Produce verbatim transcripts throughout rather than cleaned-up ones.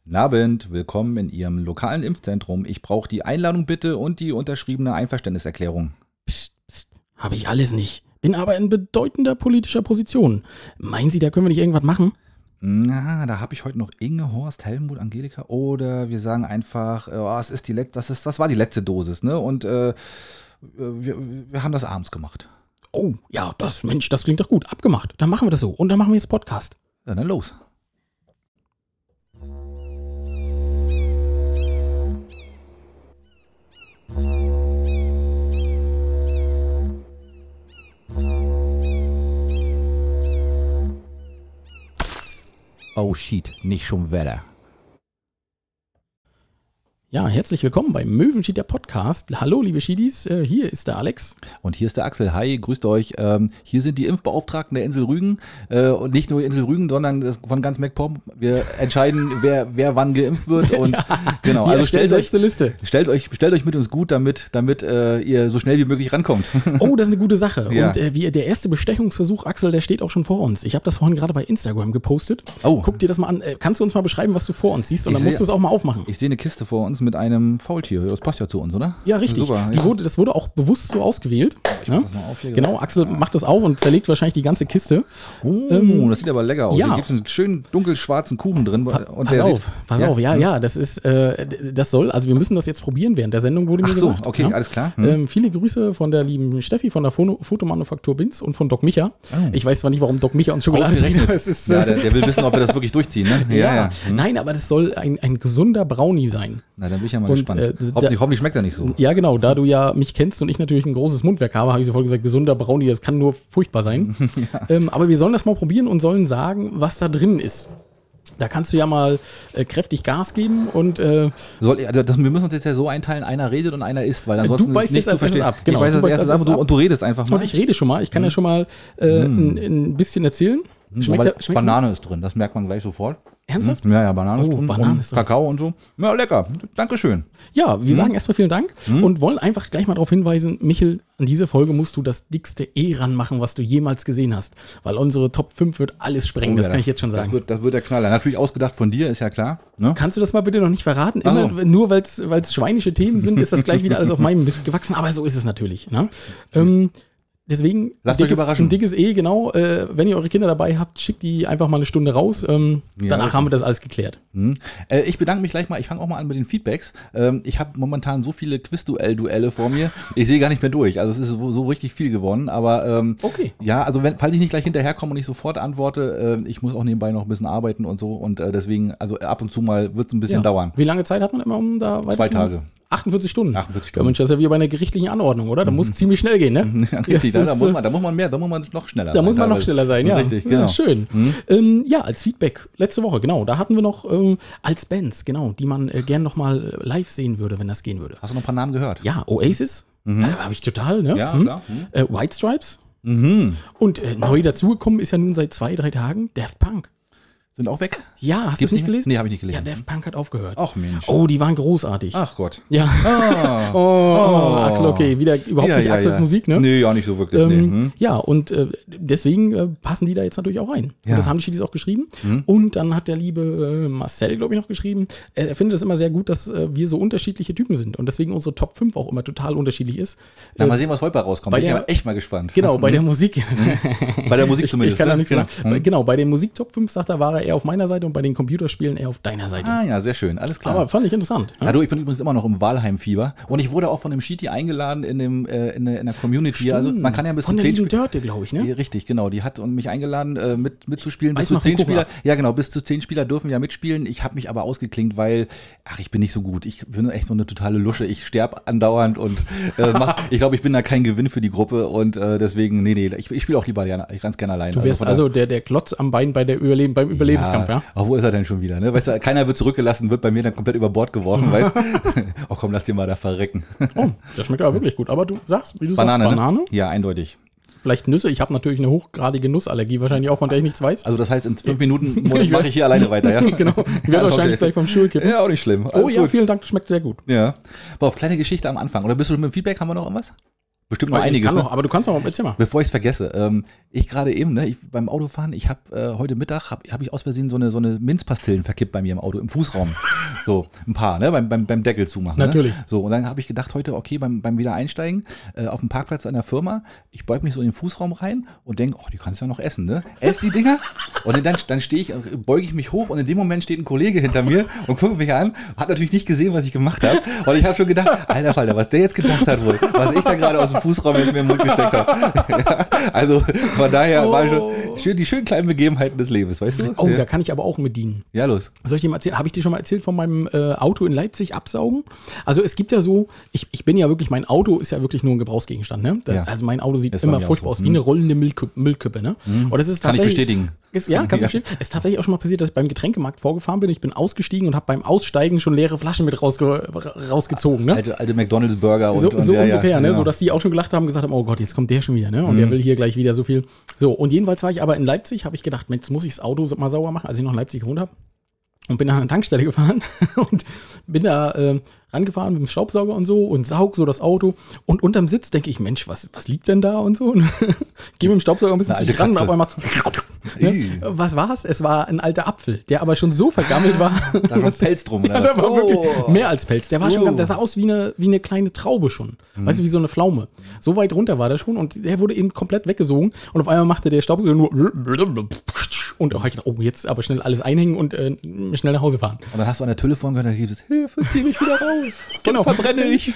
Guten Abend, willkommen in Ihrem lokalen Impfzentrum. Ich brauche die Einladung bitte und die unterschriebene Einverständniserklärung. Psst, psst, habe ich alles nicht. Bin aber in bedeutender politischer Position. Meinen Sie, da können wir nicht irgendwas machen? Na, da habe ich heute noch Inge, Horst, Helmut, Angelika oder wir sagen einfach, oh, es ist die letzte, das ist, das war die letzte Dosis, ne? Und äh, wir, wir haben das abends gemacht. Oh, ja, das, Mensch, das klingt doch gut. Abgemacht. Dann machen wir das so. Und dann machen wir jetzt Podcast. Ja, dann los. Oh shit, nicht schon Wetter. Ja, herzlich willkommen beim Möwenschied, der Podcast. Hallo, liebe Schiedis, äh, hier ist der Alex. Und hier ist der Axel. Hi, grüßt euch. Ähm, hier sind die Impfbeauftragten der Insel Rügen. Äh, und nicht nur Insel Rügen, sondern das von ganz MacPom. Wir entscheiden, wer, wer wann geimpft wird. Und ja, genau, wir also stellt euch, eine Liste. Stellt euch, stellt euch mit uns gut, damit, damit äh, ihr so schnell wie möglich rankommt. Oh, das ist eine gute Sache. Ja. Und äh, wie, der erste Bestechungsversuch, Axel, der steht auch schon vor uns. Ich habe das vorhin gerade bei Instagram gepostet. Oh. Guck dir das mal an. Äh, kannst du uns mal beschreiben, was du vor uns siehst? Und Ich dann musst seh- du es auch mal aufmachen. Ich sehe eine Kiste vor uns mit einem Faultier. Das passt ja zu uns, oder? Ja, richtig. Super. Die Ja. wurde, das wurde auch bewusst so ausgewählt. Ich Ja? mach das mal auf hier. Genau, Axel macht das auf und zerlegt wahrscheinlich die ganze Kiste. Oh, Ähm, das sieht aber lecker aus. ja. Hier gibt es einen schönen dunkelschwarzen Kuchen drin. Pa und pass der auf, sieht, pass ja? auf, ja, ja, das ist, äh, d- das soll, also wir müssen das jetzt probieren während der Sendung, wurde mir Ach so, gesagt. okay, ja? alles klar. Hm. Ähm, viele Grüße von der lieben Steffi von der Fono Fotomanufaktur Binz und von Doc Micha. Oh. Ich weiß zwar nicht, warum Doc Micha uns Schokolade Ausgerechnet. es ist, Ja, äh, der, der will wissen, ob wir das wirklich durchziehen, ne? ja, Hm. Nein, aber das soll ein, ein gesunder Brownie sein. Na, dann bin ich ja mal Und, gespannt. äh, hoffentlich, da- hoffentlich schmeckt er nicht so. Ja, genau, da du ja mich kennst und ich natürlich ein großes Mundwerk habe, habe ich sofort gesagt, gesunder Brownie, das kann nur furchtbar sein. ähm, aber wir sollen das mal probieren und sollen sagen, was da drin ist. Da kannst du ja mal äh, kräftig Gas geben und äh, Soll, also das, wir müssen uns jetzt ja so einteilen, einer redet und einer isst, weil ansonsten Du beißt ist nicht jetzt zu als erstes verstehen. ab, genau. Ich weiß Du als beißt erstes als ab und du, erstes und du redest einfach mal. Und ich rede schon mal. Ich kann ja schon mal äh, ein, ein bisschen erzählen. Schmeckt Weil der, schmeckt Banane ist drin, das merkt man gleich sofort. Ernsthaft? Hm? Ja, ja, Banane ist Oh, drin. Banane und ist drin. Kakao und so. Ja, lecker. Dankeschön. Ja, wir sagen erstmal vielen Dank und wollen einfach gleich mal darauf hinweisen, Michel, an diese Folge musst du das dickste E ranmachen, was du jemals gesehen hast. Weil unsere Top fünf wird alles sprengen, Oh, das ja, kann ich jetzt schon sagen. Das wird, das wird der Knaller. Natürlich ausgedacht von dir, ist ja klar. Ne? Kannst du das mal bitte noch nicht verraten? Ach Immer, so. Nur weil es schweinische Themen sind, ist das gleich wieder alles auf meinem Mist gewachsen. Aber so ist es natürlich. Ne? Ähm, deswegen Lasst euch überraschen. ein dickes E, genau. Äh, wenn ihr eure Kinder dabei habt, schickt die einfach mal eine Stunde raus. Ähm, Ja, danach richtig. haben wir das alles geklärt. Hm. Äh, ich bedanke mich gleich mal. Ich fange auch mal an mit den Feedbacks. Ähm, ich habe momentan so viele Quizduell-Duelle vor mir. Ich sehe gar nicht mehr durch. Also es ist so, so richtig viel geworden. Aber ähm, Okay. ja, also wenn, falls ich nicht gleich hinterherkomme und nicht sofort antworte, äh, ich muss auch nebenbei noch ein bisschen arbeiten und so. Und äh, deswegen, also ab und zu mal wird es ein bisschen Ja. dauern. Wie lange Zeit hat man immer, um da weiter Zwei zu machen? Tage. achtundvierzig Stunden. achtundvierzig Ja, Stunden. Mensch, das ist ja wie bei einer gerichtlichen Anordnung, oder? Da muss es ziemlich schnell gehen, ne? Ja, richtig, Das da, da, ist, muss äh, man, da muss man mehr, da muss man noch schneller Da sein. muss man noch teilweise. schneller sein, ja. Richtig, Ja, genau. schön. Mhm. Ähm, ja, als Feedback, letzte Woche, genau, da hatten wir noch ähm, als Bands, genau, die man äh, gern nochmal live sehen würde, wenn das gehen würde. Hast du noch ein paar Namen gehört? Ja, Oasis, äh, habe ich total, ne? Ja, Mhm. klar. Mhm. Äh, White Stripes Mhm. und äh, neu dazugekommen ist ja nun seit zwei, drei Tagen Daft Punk. Sind auch weg? Ja, hast du Gibt's es nicht mehr? gelesen? Nee, habe ich nicht Ja, gelesen. Daft Punk hat aufgehört. Ach Mensch. Oh, die waren großartig. Ach Gott. Ja. Ah. Oh, oh, Axel, okay, wieder überhaupt Ja, nicht ja, Axels ja. Musik, ne? Nee, ja, nicht so wirklich. Ähm, nee. Hm. Ja, und äh, deswegen äh, passen die da jetzt natürlich auch rein. Ja. Und das haben die Schiedis auch geschrieben. Und dann hat der liebe äh, Marcel, glaube ich, noch geschrieben, äh, er findet es immer sehr gut, dass äh, wir so unterschiedliche Typen sind und deswegen unsere Top fünf auch immer total unterschiedlich ist. Na, Äh, mal sehen, was heute bei rauskommt. bei Bin ich der- aber echt mal gespannt. Genau, bei der Musik. Bei der Musik ich, zumindest. ich kann da ne? nichts genau. sagen. Hm. Genau, bei den Musik-Top fünf, sagt er, war er eher auf meiner Seite und bei den Computerspielen eher auf deiner Seite. Ah ja, sehr schön. Alles klar. Aber fand ich interessant. Ja, du, ich bin übrigens immer noch im Wahlheim-Fieber. Und ich wurde auch von dem Shiti eingeladen in, dem, äh, in, der, in der Community. Also man kann ja bis zu Von der zehn lieben Spiel- Dörte, glaube ich, ne? Ja, richtig, genau. Die hat und mich eingeladen, äh, mit, mitzuspielen. Bis Weiß zu mal von zehn Kuchen Spieler. ab. Ja, genau, bis zu zehn Spieler dürfen ja mitspielen. Ich habe mich aber ausgeklinkt, weil, ach, ich bin nicht so gut. Ich bin echt so eine totale Lusche. Ich sterbe andauernd und äh, mach, ich glaube, ich bin da kein Gewinn für die Gruppe. Und äh, deswegen, nee, nee, ich, ich spiele auch lieber ja, ganz gerne alleine. Du wärst von also der, der Klotz am Bein bei der Überleben, beim Überlebenskampf, ja? Ach, wo ist er denn schon wieder? Ne? Weißt du, keiner wird zurückgelassen, wird bei mir dann komplett über Bord geworfen, weißt du? Oh komm, lass dir mal da verrecken. Oh, das schmeckt aber wirklich gut. Aber du sagst, wie du Banane, sagst, Banane. Ne? Ja, eindeutig. Vielleicht Nüsse. Ich habe natürlich eine hochgradige Nussallergie, wahrscheinlich auch, von der ich nichts weiß. Also das heißt, in fünf Minuten Ich werd- mache ich hier alleine weiter, ja? Genau. Ich werde Alles wahrscheinlich okay. gleich vom Stuhl kippen. Ja, auch nicht schlimm. Oh Alles ja, gut. vielen Dank, das schmeckt sehr gut. Ja. Boah, auf kleine Geschichte am Anfang. Oder bist du mit dem Feedback? Haben wir noch irgendwas? bestimmt noch Ich einiges. kann Ne? noch, aber du kannst noch, erzähl mal. Bevor ich es vergesse, ähm, ich gerade eben, ne, ich, beim Autofahren, ich habe äh, heute Mittag, habe hab ich aus Versehen so eine, so eine Minzpastillen verkippt bei mir im Auto, im Fußraum. So, ein paar, ne, beim, beim, beim Deckel zumachen. Natürlich. Ne? So, und dann habe ich gedacht, heute, okay, beim, beim Wiedereinsteigen äh, auf dem Parkplatz einer Firma, ich beug mich so in den Fußraum rein und denke, ach, die kannst du ja noch essen, ne? Ess die Dinger und dann, dann stehe ich, beuge ich mich hoch und in dem Moment steht ein Kollege hinter mir und guckt mich an, hat natürlich nicht gesehen, was ich gemacht habe. Und ich habe schon gedacht, alter Falter, was der jetzt gedacht hat wohl, was ich da gerade aus dem Fußraum mit mir im Mund gesteckt habe. Ja, also von daher Oh. waren schon schön, die schönen kleinen Begebenheiten des Lebens, weißt du? Oh, ja. da kann ich aber auch mit dienen. Ja, los. Soll ich dir mal erzählen? Habe ich dir schon mal erzählt von meinem äh, Auto in Leipzig absaugen? Also es gibt ja so, ich, ich bin ja wirklich, mein Auto ist ja wirklich nur ein Gebrauchsgegenstand. Ne? Da, Ja. Also mein Auto sieht Das war immer mir auch furchtbar so. aus, wie Hm. eine rollende Müllkippe. Müllkippe ne? Und das ist Kann ich tatsächlich- bestätigen. Ist, ja, kannst du Ja. verstehen? Es ist tatsächlich auch schon mal passiert, dass ich beim Getränkemarkt vorgefahren bin. Ich bin ausgestiegen und habe beim Aussteigen schon leere Flaschen mit rausge rausgezogen. Ne? Alte, alte McDonalds-Burger und So, und so ja, ungefähr, ja, ne? genau. So dass die auch schon gelacht haben und gesagt haben, oh Gott, jetzt kommt der schon wieder, ne? Und Mhm. der will hier gleich wieder so viel. So, und jedenfalls war ich aber in Leipzig, habe ich gedacht, Mensch, jetzt muss ich das Auto mal sauber machen, als ich noch in Leipzig gewohnt habe. Und bin nach einer Tankstelle gefahren und bin da äh, rangefahren mit dem Staubsauger und so und saug so das Auto. Und unterm Sitz denke ich, Mensch, was, was liegt denn da und so? Und geh mit dem Staubsauger ein bisschen Eine zu alte ran und Katze. auf einmal ne? Ih. Was war's? Es war ein alter Apfel, der aber schon so vergammelt war. Da war Pelz drum. Oder Ja, was? der war Oh. wirklich mehr als Pelz. Der war schon Oh. ganz, der sah aus wie eine, wie eine kleine Traube schon. Weißt du, wie so eine Pflaume. So weit runter war der schon und der wurde eben komplett weggesogen. Und auf einmal machte der Staubsauger nur und oh, ich dachte, oh, jetzt aber schnell alles einhängen und äh, schnell nach Hause fahren. Und dann hast du an der Telefon gehört, da gibt es, Hilfe, zieh mich wieder raus. Sonst Genau. verbrenne ich.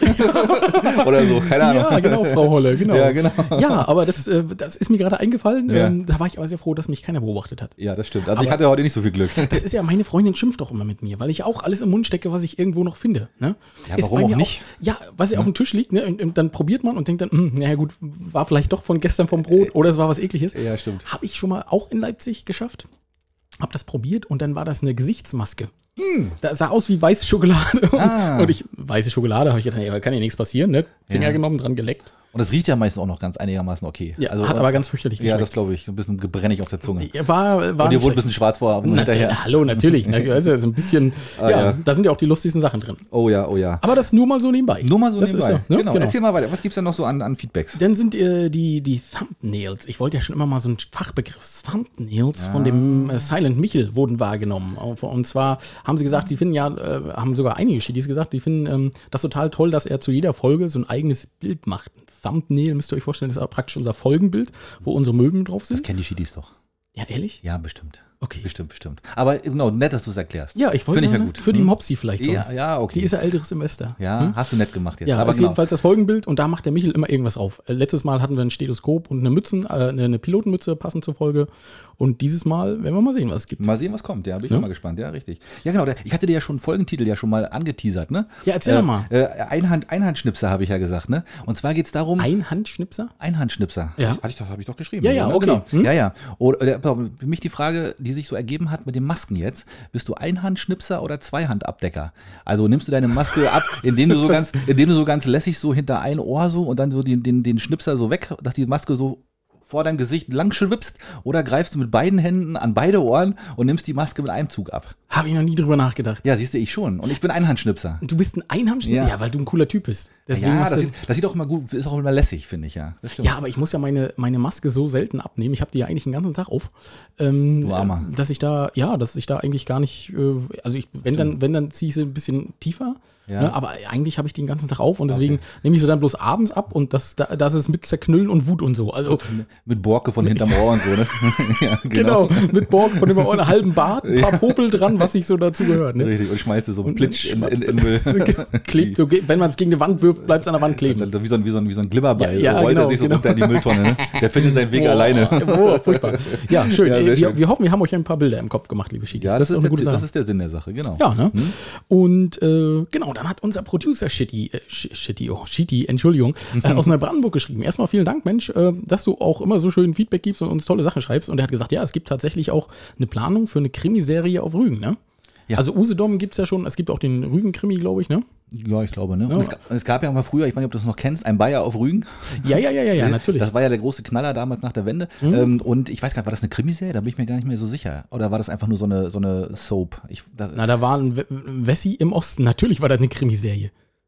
Oder so, keine Ahnung. Ja, genau, Frau Holle, genau. Ja, genau. Ja, aber das, äh, das ist mir gerade eingefallen. Ja. Ähm, da war ich aber sehr froh, dass mich keiner beobachtet hat. Ja, das stimmt. Also ich Aber- hatte heute nicht so viel Glück. Das ist ja, meine Freundin schimpft doch immer mit mir, weil ich auch alles im Mund stecke, was ich irgendwo noch finde. Ne? Ja, Ist warum bei auch mir nicht? Ja, was ja auf dem Tisch liegt, ne? und, und dann probiert man und denkt dann, hm, naja gut, war vielleicht doch von gestern vom Brot oder es war was Ekliges. Ja, stimmt. Habe ich schon mal auch in Leipzig geschafft. Hab das probiert und dann war das eine Gesichtsmaske. Das sah aus wie weiße Schokolade. Und, Ah. und ich, weiße Schokolade, habe ich gedacht, ja, kann ja nichts passieren, ne? Finger Ja. genommen, dran geleckt. Und es riecht ja meistens auch noch ganz einigermaßen okay. Ja, also, hat aber ganz fürchterlich Ja, das geschmeckt. glaube ich. So ein bisschen gebrennig auf der Zunge. Ja, war, war Und dir nicht wurde ein schlecht. bisschen schwarz vor Na, hinterher. na, hallo, natürlich. Ne? Also so ein bisschen, Ah, ja, ja. da sind ja auch die lustigsten Sachen drin. Oh ja, oh ja. Aber das nur mal so nebenbei. Nur mal so das nebenbei. Ist ja, ne? genau. Erzähl mal weiter. Was gibt es denn noch so an, an Feedbacks? Dann sind äh, die, die Thumbnails, ich wollte ja schon immer mal so einen Fachbegriff, Thumbnails von dem äh, Silent Michel wurden wahrgenommen. Und zwar haben sie gesagt, die finden ja, äh, haben sogar einige Schiedis gesagt, die finden ähm, das total toll, dass er zu jeder Folge so ein eigenes Bild macht. Ein Thumbnail, müsst ihr euch vorstellen, ist aber praktisch unser Folgenbild, wo unsere Möwen drauf Das sind. kennen die Schiedis doch. Ja, ehrlich? Ja, bestimmt. Okay. Bestimmt, bestimmt. Aber genau, nett, dass du es erklärst. Ja, ich wollte Finde ich ja ne? gut. für die Hm? Mopsi vielleicht Ja, sonst. ja, okay. Die ist ja älteres Semester. Ja, Hm? hast du nett gemacht jetzt. Ja, aber ist genau. jedenfalls das Folgenbild und da macht der Michel immer irgendwas auf. Äh, letztes Mal hatten wir ein Stethoskop und eine Mützen, äh, eine, eine Pilotenmütze passend zur Folge. Und dieses Mal werden wir mal sehen, was es gibt. Mal sehen, was kommt. Ja, bin ich Ja. auch mal gespannt. Ja, richtig. Ja, genau. der- Ich hatte dir ja schon einen Folgentitel ja schon mal angeteasert, ne? Ja, erzähl äh, doch mal. Äh, Einhand, Einhandschnipser habe ich ja gesagt, ne? Und zwar geht es darum. Einhandschnipser? Einhandschnipser. Ja. Hatte ich doch, habe ich doch geschrieben. Ja, ja, ne? okay. Genau. Hm? Ja, ja. Oder, oder, pass auf, für mich die Frage, die sich so ergeben hat mit den Masken jetzt. Bist du Einhandschnipser oder Zweihandabdecker? Also nimmst du deine Maske ab, indem du so ganz, indem du so ganz lässig so hinter ein Ohr so und dann so den, den, den Schnipser so weg, dass die Maske so vor deinem Gesicht lang schwipst, oder greifst du mit beiden Händen an beide Ohren und nimmst die Maske mit einem Zug ab? Habe ich noch nie drüber nachgedacht. Ja, siehst du, ich schon. Und ich bin Einhandschnipser. Du bist ein Einhandschnipser? Ja. Ja, weil du ein cooler Typ bist. Deswegen Ja, hast das du, sieht, das sieht auch immer gut, ist auch immer lässig, finde ich, ja. Das stimmt. ja, aber ich muss ja meine, meine Maske so selten abnehmen. Ich habe die ja eigentlich den ganzen Tag auf. Ähm, Du Armer. Dass ich da, ja, dass ich da eigentlich gar nicht, äh, also ich, wenn dann, wenn dann ziehe ich sie ein bisschen tiefer. Ja. Ne, aber eigentlich habe ich die den ganzen Tag auf und deswegen nehme ich sie dann bloß abends ab und das, da- das ist mit Zerknüllen und Wut und so. Also Mit Borke von hinterm Ohr und so, ne? Ja, genau, mit Borg von dem einen halben Bart, ein paar Popel dran, was sich so dazu gehört. Ne? Richtig, und schmeißt du so einen Plitsch in, in, in Müll. Klebt, so, ge- wenn man es gegen die Wand wirft, bleibt es an der Wand kleben. Wie so ein, wie so ein, wie so ein Glibberball. Ja, ja, rollt genau, er sich so genau. runter in die Mülltonne. Ne? Der findet seinen Weg Boah, alleine. Boah, furchtbar. Ja, schön. Ja, sehr wir, schön. wir hoffen, wir haben euch ein paar Bilder im Kopf gemacht, liebe Schiedis. Ja, das, ist doch der, eine gute das Sache. ist der Sinn der Sache, genau. Ja, ne? Und äh, genau, dann hat unser Producer Shitty, äh, Sh- Shitty, oh, Shitty, Entschuldigung, äh, aus Neubrandenburg geschrieben. Erstmal vielen Dank, Mensch, äh, dass du auch immer so schön Feedback gibst und uns tolle Sachen schreibst. Und er hat gesagt, ja, es gibt tatsächlich auch eine Planung für eine Krimiserie auf Rügen, ne? Ja. Also Usedom gibt es ja schon, es gibt auch den Rügen-Krimi, glaube ich, ne? Ja, ich glaube, ne? Und es, gab- es gab ja mal früher, ich weiß nicht, ob du das noch kennst, ein Bayer auf Rügen. Ja, ja, ja, ja, ja, natürlich. Das war ja der große Knaller damals nach der Wende. Ähm, und ich weiß gar nicht, war das eine Krimiserie? Da bin ich mir gar nicht mehr so sicher. Oder war das einfach nur so eine, so eine Soap? Ich, da, Na, da war ein We- Wessi im Osten, natürlich war das eine Krimiserie.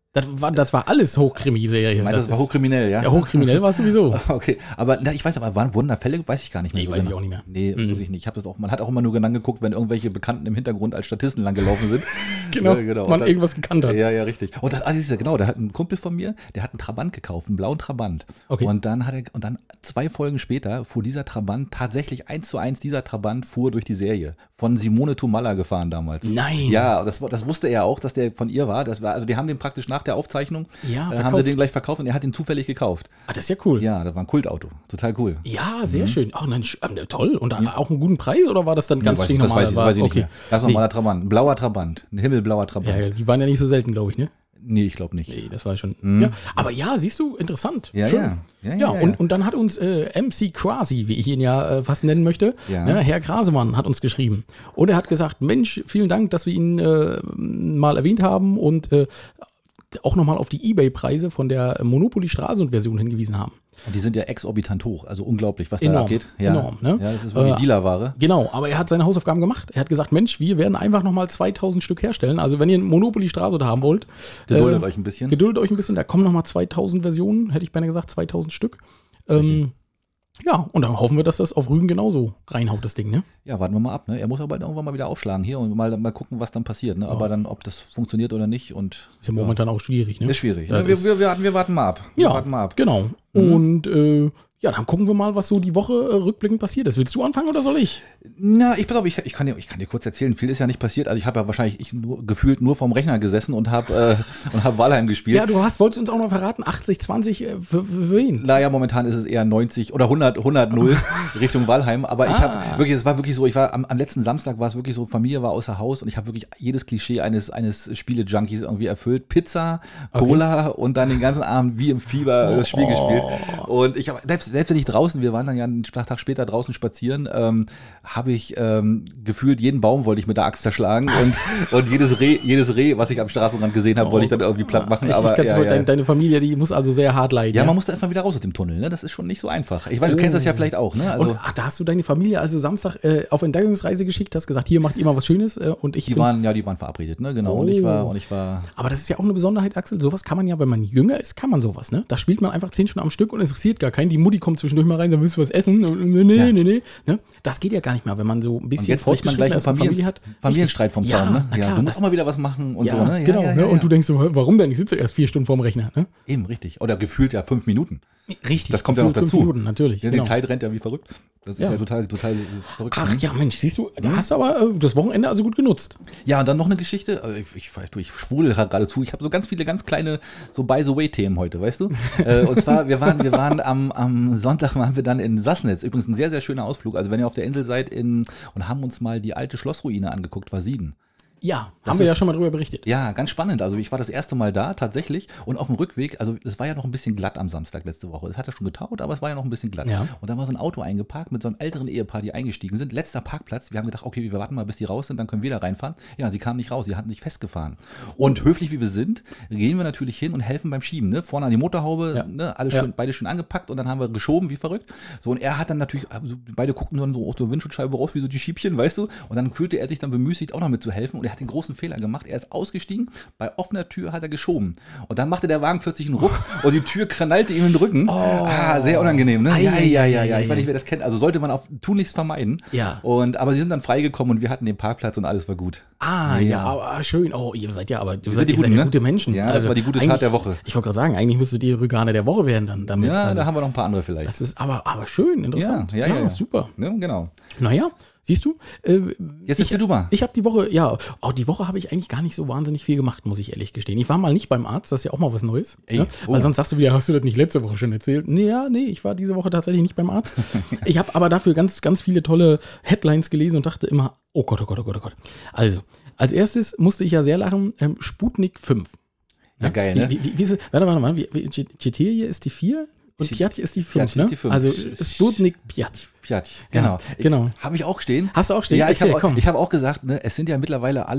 Das war, das war alles Hochkrimi-Serie. Meinst du, das war hochkriminell, ja? Ja, hochkriminell war es sowieso. Okay, aber na, ich weiß, aber waren, wurden da Fälle, weiß ich gar nicht mehr. Nee, so weiß genau. ich auch nicht mehr. Nee, Mhm. wirklich nicht. Ich habe das auch, man hat auch immer nur genau geguckt, wenn irgendwelche Bekannten im Hintergrund als Statisten langgelaufen sind. Genau, ja, genau. man dann, irgendwas gekannt hat. Ja, ja, richtig. Und das, also, genau, da hat ein Kumpel von mir, der hat einen Trabant gekauft, einen blauen Trabant. Okay. Und dann hat er, und dann zwei Folgen später fuhr dieser Trabant, tatsächlich eins zu eins, dieser Trabant fuhr durch die Serie. Von Simone Tumalla gefahren damals. Nein. Ja, das, das wusste er auch, dass der von ihr war. Das war also die haben den praktisch nach der Aufzeichnung, Ja, äh, haben verkauft. sie den gleich verkauft und er hat ihn zufällig gekauft. Ah, das ist ja cool. Ja, das war ein Kultauto. Total cool. Ja, sehr schön. Ach, nein, sch- äh, toll. Und da auch einen guten Preis oder war das dann ganz Ja, weiß ich, das stinknormal? weiß ich, War- weiß ich nicht okay. mehr. Das ist ein normaler Trabant. Ein blauer Trabant. Ein himmelblauer Trabant. Ja, ja, die waren ja nicht so selten, glaube ich, ne? Nee, ich glaube nicht. Nee, das war schon. Ja. Aber ja, siehst du, interessant. Ja, Schön. ja. Ja, Ja, ja, und, ja. und dann hat uns äh, M C Quasi, wie ich ihn ja äh, fast nennen möchte, Ja. ne, Herr Grasemann hat uns geschrieben. Und er hat gesagt, Mensch, vielen Dank, dass wir ihn äh, mal erwähnt haben und äh, auch nochmal auf die Ebay-Preise von der Monopoly Stralsund-Version hingewiesen haben. Und die sind ja exorbitant hoch. Also unglaublich, was da Enorm, abgeht. Ja. enorm, ne? Ja, das ist wirklich Äh, Dealerware. Genau, aber er hat seine Hausaufgaben gemacht. Er hat gesagt, Mensch, wir werden einfach nochmal zweitausend Stück herstellen. Also wenn ihr Monopoly Stralsund haben wollt, Geduldet äh, euch ein bisschen. geduldet euch ein bisschen, da kommen nochmal zweitausend Versionen, hätte ich beinahe gesagt, zweitausend Stück. Ähm, ja, und dann hoffen wir, dass das auf Rügen genauso reinhaut, das Ding, ne? Ja, warten wir mal ab. Ne? Er muss aber irgendwann mal wieder aufschlagen hier und mal, mal gucken, was dann passiert. Ne? Aber dann, ob das funktioniert oder nicht. Und Ist ja momentan auch schwierig, ne? ist schwierig. Ja, ne? wir, das- wir, wir, warten, wir warten mal ab. Wir Ja, warten mal ab. genau. Und äh, ja, dann gucken wir mal, was so die Woche äh, rückblickend passiert ist. Willst du anfangen oder soll ich? Na, ich pass auf, ich, ich, kann dir, ich kann dir kurz erzählen, viel ist ja nicht passiert. Also ich habe ja wahrscheinlich ich nur, gefühlt nur vorm Rechner gesessen und habe äh, und hab Walheim gespielt. Ja, du hast, wolltest uns auch noch verraten, achtzig zwanzig äh, für, für wen? Naja, momentan ist es eher neunzig oder hundert, hundert null Richtung Walheim. Aber ich Ah. habe wirklich, es war wirklich so, ich war am, am letzten Samstag war es wirklich so, Familie war außer Haus und ich habe wirklich jedes Klischee eines, eines Spiele-Junkies irgendwie erfüllt. Pizza, Cola und dann den ganzen Abend wie im Fieber das Spiel gespielt. Und ich habe, selbst, selbst wenn ich draußen, wir waren dann ja einen Tag später draußen spazieren, ähm, habe ich ähm, gefühlt jeden Baum wollte ich mit der Axt zerschlagen und, und jedes Reh, jedes Reh, was ich am Straßenrand gesehen habe, wollte ich dann irgendwie platt machen. Ich, aber ich kann's ja, wohl, ja. Deine, deine Familie, die muss also sehr hart leiden. Ja, man muss da erstmal wieder raus aus dem Tunnel, ne? Das ist schon nicht so einfach. Ich weiß, du kennst das ja vielleicht auch, ne? Also, Und, ach, da hast du deine Familie also Samstag äh, auf Entdeckungsreise geschickt, hast gesagt, hier macht ihr mal was Schönes äh, und ich die bin, waren, ja, die waren verabredet, ne? Genau. Und ich war, und ich war. Aber das ist ja auch eine Besonderheit, Axel. Sowas kann man ja, wenn man jünger ist, kann man sowas, ne? Da spielt man einfach zehn Stunden am Stück und es interessiert gar keinen. Die Mutti kommt zwischendurch mal rein, dann willst du was essen. Nee, nee, Ja. nee, nee. Ne? Das geht ja gar nicht mehr, wenn man so ein bisschen Und jetzt bricht man gleich einen fortgeschrittener Familien, Familie hat. Familienstreit vom Richtig. Zaun, ne? na Ja, klar, du musst das auch mal ist- wieder was machen und ja, so, ne? Ja, genau. ja, ja, ne? ja. Und du denkst so, warum denn? Ich sitze erst vier Stunden vorm Rechner. Ne? Eben, richtig. Oder gefühlt ja fünf Minuten. Richtig. Das kommt ja noch fünf dazu. Minuten, natürlich. Ja, genau. Die Zeit rennt ja wie verrückt. Das ist Ja. ja, total, total verrückt. Ach ne? ja, Mensch, siehst du, da hast du aber äh, das Wochenende also gut genutzt. Ja, und dann noch eine Geschichte. äh, Ich, ich, du, ich sprudel gerade zu. Ich habe so ganz viele, ganz kleine, so by-the-way-Themen heute, weißt du? äh, und zwar, wir waren, wir waren am, am Sonntag waren wir dann in Sassnitz. Übrigens ein sehr, sehr schöner Ausflug. Also wenn ihr auf der Insel seid in, und haben uns mal die alte Schlossruine angeguckt, war Sieden. Ja, Das haben wir ja ist- schon mal drüber berichtet. Ja, ganz spannend. Also ich war das erste Mal da tatsächlich und auf dem Rückweg, also es war ja noch ein bisschen glatt am Samstag letzte Woche. Es hat ja schon getaut, aber es war ja noch ein bisschen glatt. Ja. Und dann war so ein Auto eingeparkt mit so einem älteren Ehepaar, die eingestiegen sind. Letzter Parkplatz. Wir haben gedacht, okay, wir warten mal, bis die raus sind, dann können wir da reinfahren. Ja, sie kamen nicht raus, sie hatten sich festgefahren. Und höflich wie wir sind, gehen wir natürlich hin und helfen beim Schieben. Ne? Vorne an die Motorhaube, Ja. ne? Alles Ja. schön, beide schön angepackt und dann haben wir geschoben, wie verrückt. So, und er hat dann natürlich, also beide guckten dann so aus der Windschutzscheibe raus, wie so die Schiebchen, weißt du? Und dann fühlte er sich dann bemüßigt, auch noch mitzuhelfen und er hat den großen Fehler gemacht. Er ist ausgestiegen, bei offener Tür hat er geschoben. Und dann machte der Wagen plötzlich einen Ruck und die Tür knallte ihm in den Rücken. Ah, sehr unangenehm, ne? Ei, Ja, ei, ja, ei, ja, ja. ei, Ich weiß nicht, wer das kennt. Also sollte man auf tunlichst vermeiden. Ja. Und, aber sie sind dann freigekommen und wir hatten den Parkplatz und alles war gut. Ah, Ja. ja, aber schön. Oh, ihr seid ja aber ihr sind seid, die ihr seid Guten, ja ne? gute Menschen. Ja, das war die gute Tat eigentlich- der Woche. Ich wollte gerade sagen, eigentlich müsstet ihr Rüganer der Woche werden dann damit. Ja, also, da haben wir noch ein paar andere vielleicht. das ist aber, aber schön, interessant. Ja, ja, ja, ja. super. Ne, genau. Naja, siehst du? Äh, Jetzt ich, erzähl du mal. Ich habe die Woche, ja, oh, die Woche habe ich eigentlich gar nicht so wahnsinnig viel gemacht, muss ich ehrlich gestehen. Ich war mal nicht beim Arzt, das ist ja auch mal was Neues. Ey, Ne? oh. Weil sonst sagst du wieder, hast du das nicht letzte Woche schon erzählt? Nee, ja, nee, ich war diese Woche tatsächlich nicht beim Arzt. Ich habe aber dafür ganz, ganz viele tolle Headlines gelesen und dachte immer, oh Gott, oh Gott, oh Gott, oh Gott. Also, als erstes musste ich ja sehr lachen, ähm, Sputnik fünf. Ja, geil, ne? Wie, wie, wie ist es, warte, warte mal, wie, wie, Cheterie ist die vier und Chit- Piatj ist die fünf, Piatj ist ne? die fünf. Also Sch- Sputnik Piatj. Piatsch, Ja, genau. genau. Habe ich auch stehen. Hast du auch stehen? Ja, ich Erzähl, habe komm. auch, ich hab auch gesagt, ne, es sind ja mittlerweile alle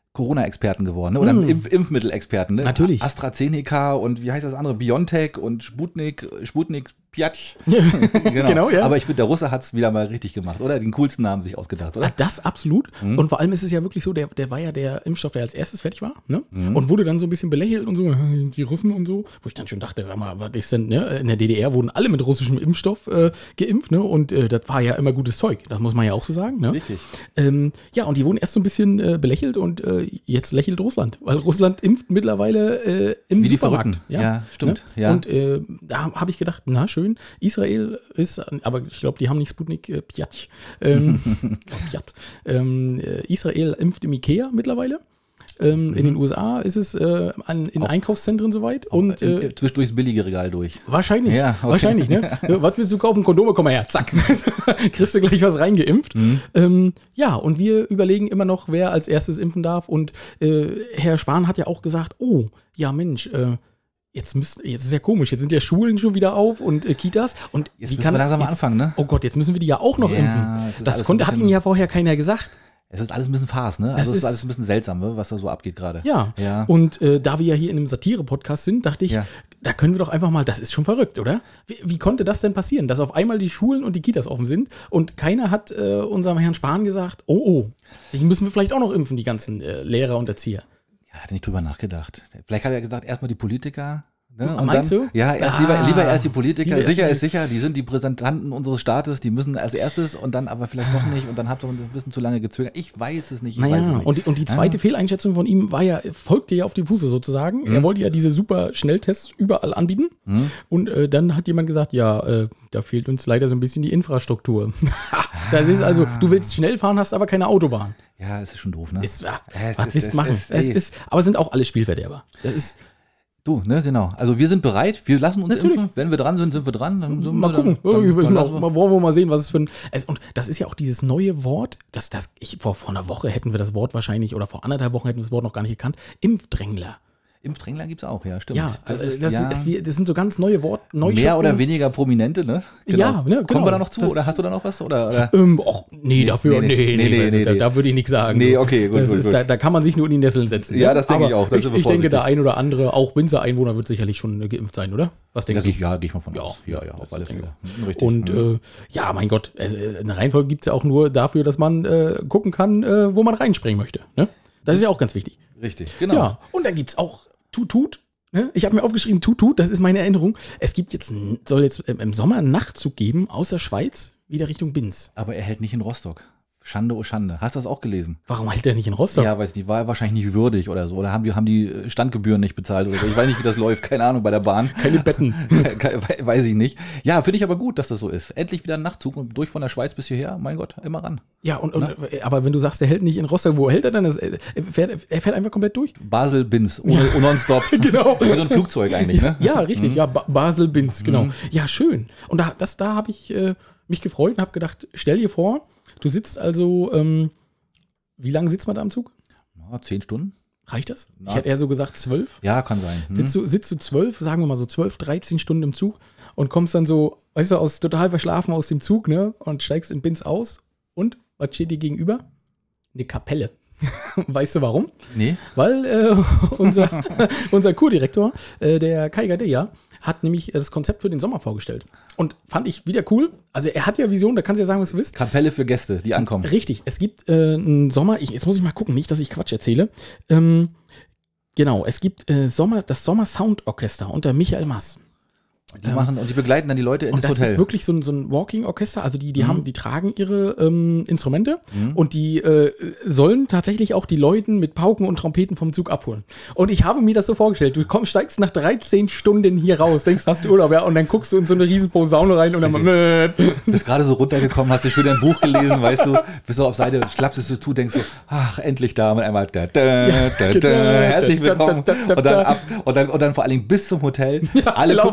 Corona-Experten geworden, ne? Oder Mm. Impf Impfmittelexperten, ne? Natürlich. AstraZeneca und wie heißt das andere? BioNTech und Sputnik, Sputnik, Piatsch. genau. Genau, ja. Aber ich finde, der Russe hat es wieder mal richtig gemacht, oder? Den coolsten Namen sich ausgedacht, oder? Ah, das absolut. Mhm. Und vor allem ist es ja wirklich so, der, der war ja der Impfstoff, der als erstes fertig war, ne? Mhm. Und wurde dann so ein bisschen belächelt und so, die Russen und so, wo ich dann schon dachte, sag mal, was ist denn, ne? In der D D R wurden alle mit russischem Impfstoff äh, geimpft, ne? Und äh, das war ja immer gutes Zeug, das muss man ja auch so sagen, ne? Richtig. Ähm, ja, und die wurden erst so ein bisschen äh, belächelt und äh, jetzt lächelt Russland, weil Russland impft mittlerweile äh, im Wie die Supermarkt. Verrückten. Ja, stimmt, Ne? ja. Und äh, da habe ich gedacht, na schön, Israel ist, aber ich glaube, die haben nicht Sputnik äh, Piatsch. Ähm, oh, Piat. ähm, äh, Israel impft im Ikea mittlerweile. Ähm, in den U S A ist es äh, an, in Auch- Einkaufszentren soweit. Und Im- äh, im- zwischendurch das billige Regal durch. wahrscheinlich. Ja, okay. Wahrscheinlich, ne? Ja, was willst du kaufen? Kondome, komm mal her. Zack. Kriegst du gleich was reingeimpft. Mhm. Ähm, ja, und wir überlegen immer noch, wer als erstes impfen darf. Und äh, Herr Spahn hat ja auch gesagt, oh, ja Mensch, äh, Jetzt, müsst, jetzt ist ja komisch, jetzt sind ja Schulen schon wieder auf und äh, Kitas. Und Jetzt wie müssen kann wir langsam mal jetzt, anfangen, ne? Oh Gott, jetzt müssen wir die ja auch noch Ja, impfen. es ist Das alles konnte, ein hat bisschen- Ihnen ja vorher keiner gesagt. Es ist alles ein bisschen Farce, ne? Das Also es ist ist- alles ein bisschen seltsam, ne? Was da so abgeht gerade. Ja. Ja. Und äh, da wir ja hier in einem Satire-Podcast sind, dachte ich, Ja. da können wir doch einfach mal, das ist schon verrückt, oder? Wie, wie konnte das denn passieren, dass auf einmal die Schulen und die Kitas offen sind und keiner hat äh, unserem Herrn Spahn gesagt, oh, oh, die müssen wir vielleicht auch noch impfen, die ganzen äh, Lehrer und Erzieher. Ja, hat er nicht drüber nachgedacht. Vielleicht hat er gesagt, erstmal die Politiker. Ne? Ah, meinst dann, du? Ja, erst Ah. lieber, lieber erst die Politiker. Lieber Sicher erst ist sicher, die sind die Repräsentanten unseres Staates, die müssen als erstes und dann aber vielleicht doch nicht und dann habt ihr ein bisschen zu lange gezögert. Ich weiß es nicht, ich weiß es Naja, nicht. und, die- und die zweite Ah. Fehleinschätzung von ihm war ja, folgte ja auf die Fuße sozusagen. Mhm. Er wollte ja diese super Schnelltests überall anbieten. Hm? Und äh, dann hat jemand gesagt, ja, äh, da fehlt uns leider so ein bisschen die Infrastruktur. Das ist also, du willst schnell fahren, hast aber keine Autobahn. Ja, es ist schon doof, ne? Ist, ach, Es was ist- willst es du machen? ist- Es ey. ist, aber es sind auch alle Spielverderber. Das ist, Du, ne, genau. Also wir sind bereit, wir lassen uns Natürlich. impfen. Wenn wir dran sind, sind wir dran. Dann sind mal wir, gucken. Dann, Ja, dann, wir dann müssen auch, lassen wir- mal, wollen wir mal sehen, was es für ein. Es, und das ist ja auch dieses neue Wort, das, das ich vor, vor einer Woche hätten wir das Wort wahrscheinlich, oder vor anderthalb Wochen hätten wir das Wort noch gar nicht gekannt. Impfdrängler. Impfdrängler gibt es auch, ja, stimmt. Ja, das, das, ist, das, ja ist, wie- das sind so ganz neue Wort, mehr Neuschöpfungen. oder weniger Prominente, ne? Ja, ne, genau. Kommen wir da noch zu Das- oder hast du da noch was? Oder, oder? Ähm, och, nee, dafür, nee, nee, nee, nee, nee, weiß nee, ich, da, nee. da würde ich nichts sagen. Nee, okay, gut, das gut, ist, gut. Da, da kann man sich nur in die Nesseln setzen. Ja, ne? das denke Aber ich auch, da Ich, sind wir ich denke, der vorsichtig. ein oder andere, auch Winzer Einwohner, wird sicherlich schon äh, geimpft sein, oder? Was Ja, denkst gehe du? ich, ja, geh ich mal von Ja, aus. Ja, ja, auf alle denke Fälle. Mhm, Richtig. Und Mhm. äh, ja, mein Gott, also, äh, eine Reihenfolge gibt es ja auch nur dafür, dass man äh, gucken kann, äh, wo man reinspringen möchte. Ne? Das ist ja auch ganz wichtig. Richtig, genau. Ja, und dann gibt es auch Tut-Tut. Ne? Ich habe mir aufgeschrieben, Tut-Tut, das ist meine Erinnerung. Es gibt jetzt, n- soll jetzt im im Sommer einen Nachtzug geben aus der Schweiz wieder Richtung Binz. Aber er hält nicht in Rostock. Schande, oh Schande. Hast du das auch gelesen? Warum hält der nicht in Rostock? Ja, weiß nicht, war er wahrscheinlich nicht würdig oder so. Oder haben die, haben die Standgebühren nicht bezahlt oder so. Ich weiß nicht, wie das läuft. Keine Ahnung, bei der Bahn. Keine Betten. Ke- weiß ich nicht. Ja, finde ich aber gut, dass das so ist. Endlich wieder ein Nachtzug und durch von der Schweiz bis hierher. Mein Gott, immer ran. Ja, und, und äh, aber wenn du sagst, der hält nicht in Rostock, wo hält er denn das? Er fährt, er fährt einfach komplett durch. Basel, Binz, ohne, ohne nonstop. Genau. Wie so ein Flugzeug eigentlich, ne? Ja, richtig. Ja, ba Basel-Binz, genau. Ja, schön. Und da, das, da habe ich äh, mich gefreut und habe gedacht, stell dir vor, du sitzt also, ähm, wie lange sitzt man da am Zug? Ja, zehn Stunden? Reicht das? Na, Ich hätte eher so gesagt zwölf. Ja, kann sein. Hm? Sitzt du, sitzt du zwölf, sagen wir mal so zwölf, dreizehn Stunden im Zug und kommst dann so, weißt du, aus total verschlafen aus dem Zug, ne? Und steigst in Binz aus. Und was steht dir gegenüber? Eine Kapelle. Weißt du warum? Nee? Weil äh, unser, unser Kurdirektor, äh, der Kai Gadeja, hat nämlich das Konzept für den Sommer vorgestellt. Und fand ich wieder cool. Also er hat ja Visionen, da kannst du ja sagen, was du willst. Kapelle für Gäste, die ankommen. Richtig, es gibt äh, einen Sommer, ich, jetzt muss ich mal gucken, nicht, dass ich Quatsch erzähle. Ähm, genau, es gibt äh, Sommer, das Sommer Sound Orchester unter Michael Mass. Die machen und die begleiten dann die Leute in Und das das Hotel. ist wirklich so ein, so ein Walking-Orchester. Also die, die Mhm. haben, die tragen ihre ähm, Instrumente Mhm. und die äh, sollen tatsächlich auch die Leute mit Pauken und Trompeten vom Zug abholen. Und ich habe mir das so vorgestellt. Du kommst, steigst nach dreizehn Stunden hier raus, denkst, hast du Urlaub, ja, und dann guckst du in so eine riesen Posaune rein und dann mal, bist gerade so runtergekommen, hast dir schön ein Buch gelesen, weißt du, bist so auf Seite, klappst es so zu, denkst so, ach, endlich da, und einmal da, da, Ja, da, genau. da, herzlich Da, willkommen. da, da, da, Und dann ab, und dann, und dann vor allen Dingen bis zum Hotel. Alle laufen gucken sie dich an,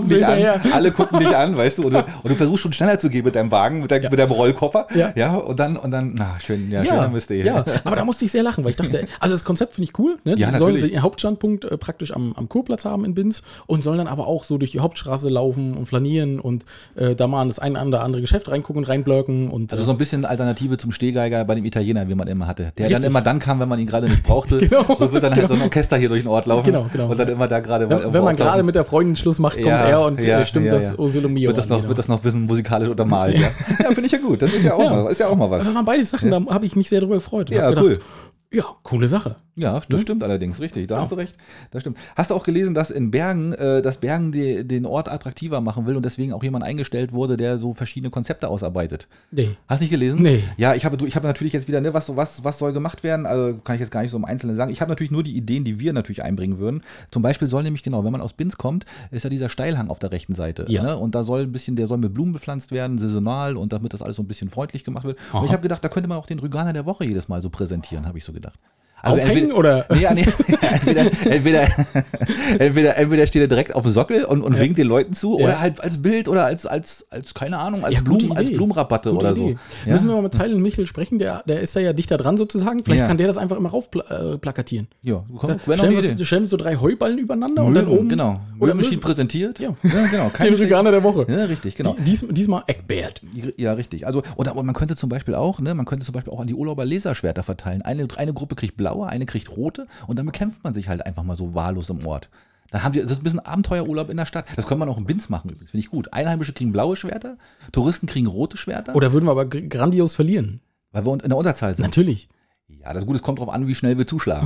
ja. alle gucken dich an, weißt du, und du, und du versuchst schon schneller zu gehen mit deinem Wagen, mit, dein, Ja. mit deinem Rollkoffer, Ja. ja, und dann, und dann, na, schön, ja, Ja, schöner Mist, ey. ja, aber da musste ich sehr lachen, weil ich dachte, also das Konzept finde ich cool, ne? Die Ja, sollen natürlich. ihren Hauptstandpunkt äh, praktisch am, am Kurplatz haben in Binz und sollen dann aber auch so durch die Hauptstraße laufen und flanieren und äh, da mal in das ein oder andere Geschäft reingucken und reinblöcken und Also so ein bisschen Alternative zum Stehgeiger bei dem Italiener, wie man immer hatte. Der Richtig. dann immer dann kam, wenn man ihn gerade nicht brauchte. Genau, So wird dann halt so ein Orchester hier durch den Ort laufen. Genau, genau. Und dann immer da gerade mal wenn, wenn man irgendwo gerade mit der Freundin Schluss macht, kommt Ja, er und ja, äh, stimmt ja, das ja. Osilo Mio wird das an, noch, genau. wird das noch ein bisschen musikalisch untermalt. Ja, ja finde ich ja gut. Das ist ja auch, Ja. Mal, ist ja auch mal was. Das waren beide Sachen, da habe ich mich sehr drüber gefreut. und Ja, hab gedacht, cool. Ja, coole Sache. Ja, das stimmt allerdings, richtig. Da Ja. hast du recht. Das stimmt. Hast du auch gelesen, dass in Bergen, äh, dass Bergen die, den Ort attraktiver machen will und deswegen auch jemand eingestellt wurde, der so verschiedene Konzepte ausarbeitet? Nee. Hast du nicht gelesen? Nee. Ja, ich habe, du- ich habe natürlich jetzt wieder, ne, was, was, was soll gemacht werden? Also kann ich jetzt gar nicht so im Einzelnen sagen. Ich habe natürlich nur die Ideen, die wir natürlich einbringen würden. Zum Beispiel soll nämlich, genau, wenn man aus Binz kommt, ist ja dieser Steilhang auf der rechten Seite. Ja. Ne? Und da soll ein bisschen, der soll mit Blumen bepflanzt werden, saisonal und damit das alles so ein bisschen freundlich gemacht wird. Aha. Und ich habe gedacht, da könnte man auch den Rüganer der Woche jedes Mal so präsentieren, habe ich so gedacht. Aufhängen oder? Nee, ja, nee, entweder, entweder, entweder, entweder steht er direkt auf dem Sockel und, und Ja. winkt den Leuten zu Ja. oder halt als Bild oder als, als, als keine Ahnung, als, Ja, gute Blumen, als Idee. Blumenrabatte Gute oder Idee. so. Ja? Müssen wir mal mit Zeilen Michel sprechen, der, der ist da ja dichter dran sozusagen. Vielleicht Ja. kann der das einfach immer raufplakatieren. Ja, komm, Da wäre noch stellen, eine wir, Idee. stellen wir so drei Heuballen übereinander und dann Möwen, oben genau. oder Möwenschien Möwen. präsentiert. Ja. ja genau. den Keine Veganer der Woche. ja, richtig, genau. Die, dies, diesmal Eckbert. Ja, richtig. Also, oder aber man könnte zum Beispiel auch, ne, man könnte zum Beispiel auch an die Urlauber Laserschwerter verteilen. Eine, eine Gruppe kriegt blaue, eine kriegt rote und dann bekämpft man sich halt einfach mal so wahllos im Ort. Dann haben wir, das ist ein bisschen Abenteuerurlaub in der Stadt. Das können wir auch in Binz machen übrigens, finde ich gut. Einheimische kriegen blaue Schwerter, Touristen kriegen rote Schwerter, Oder würden wir aber gr- grandios verlieren? weil wir in der Unterzahl sind. Natürlich. Ja, das ist gut, es kommt drauf an, wie schnell wir zuschlagen.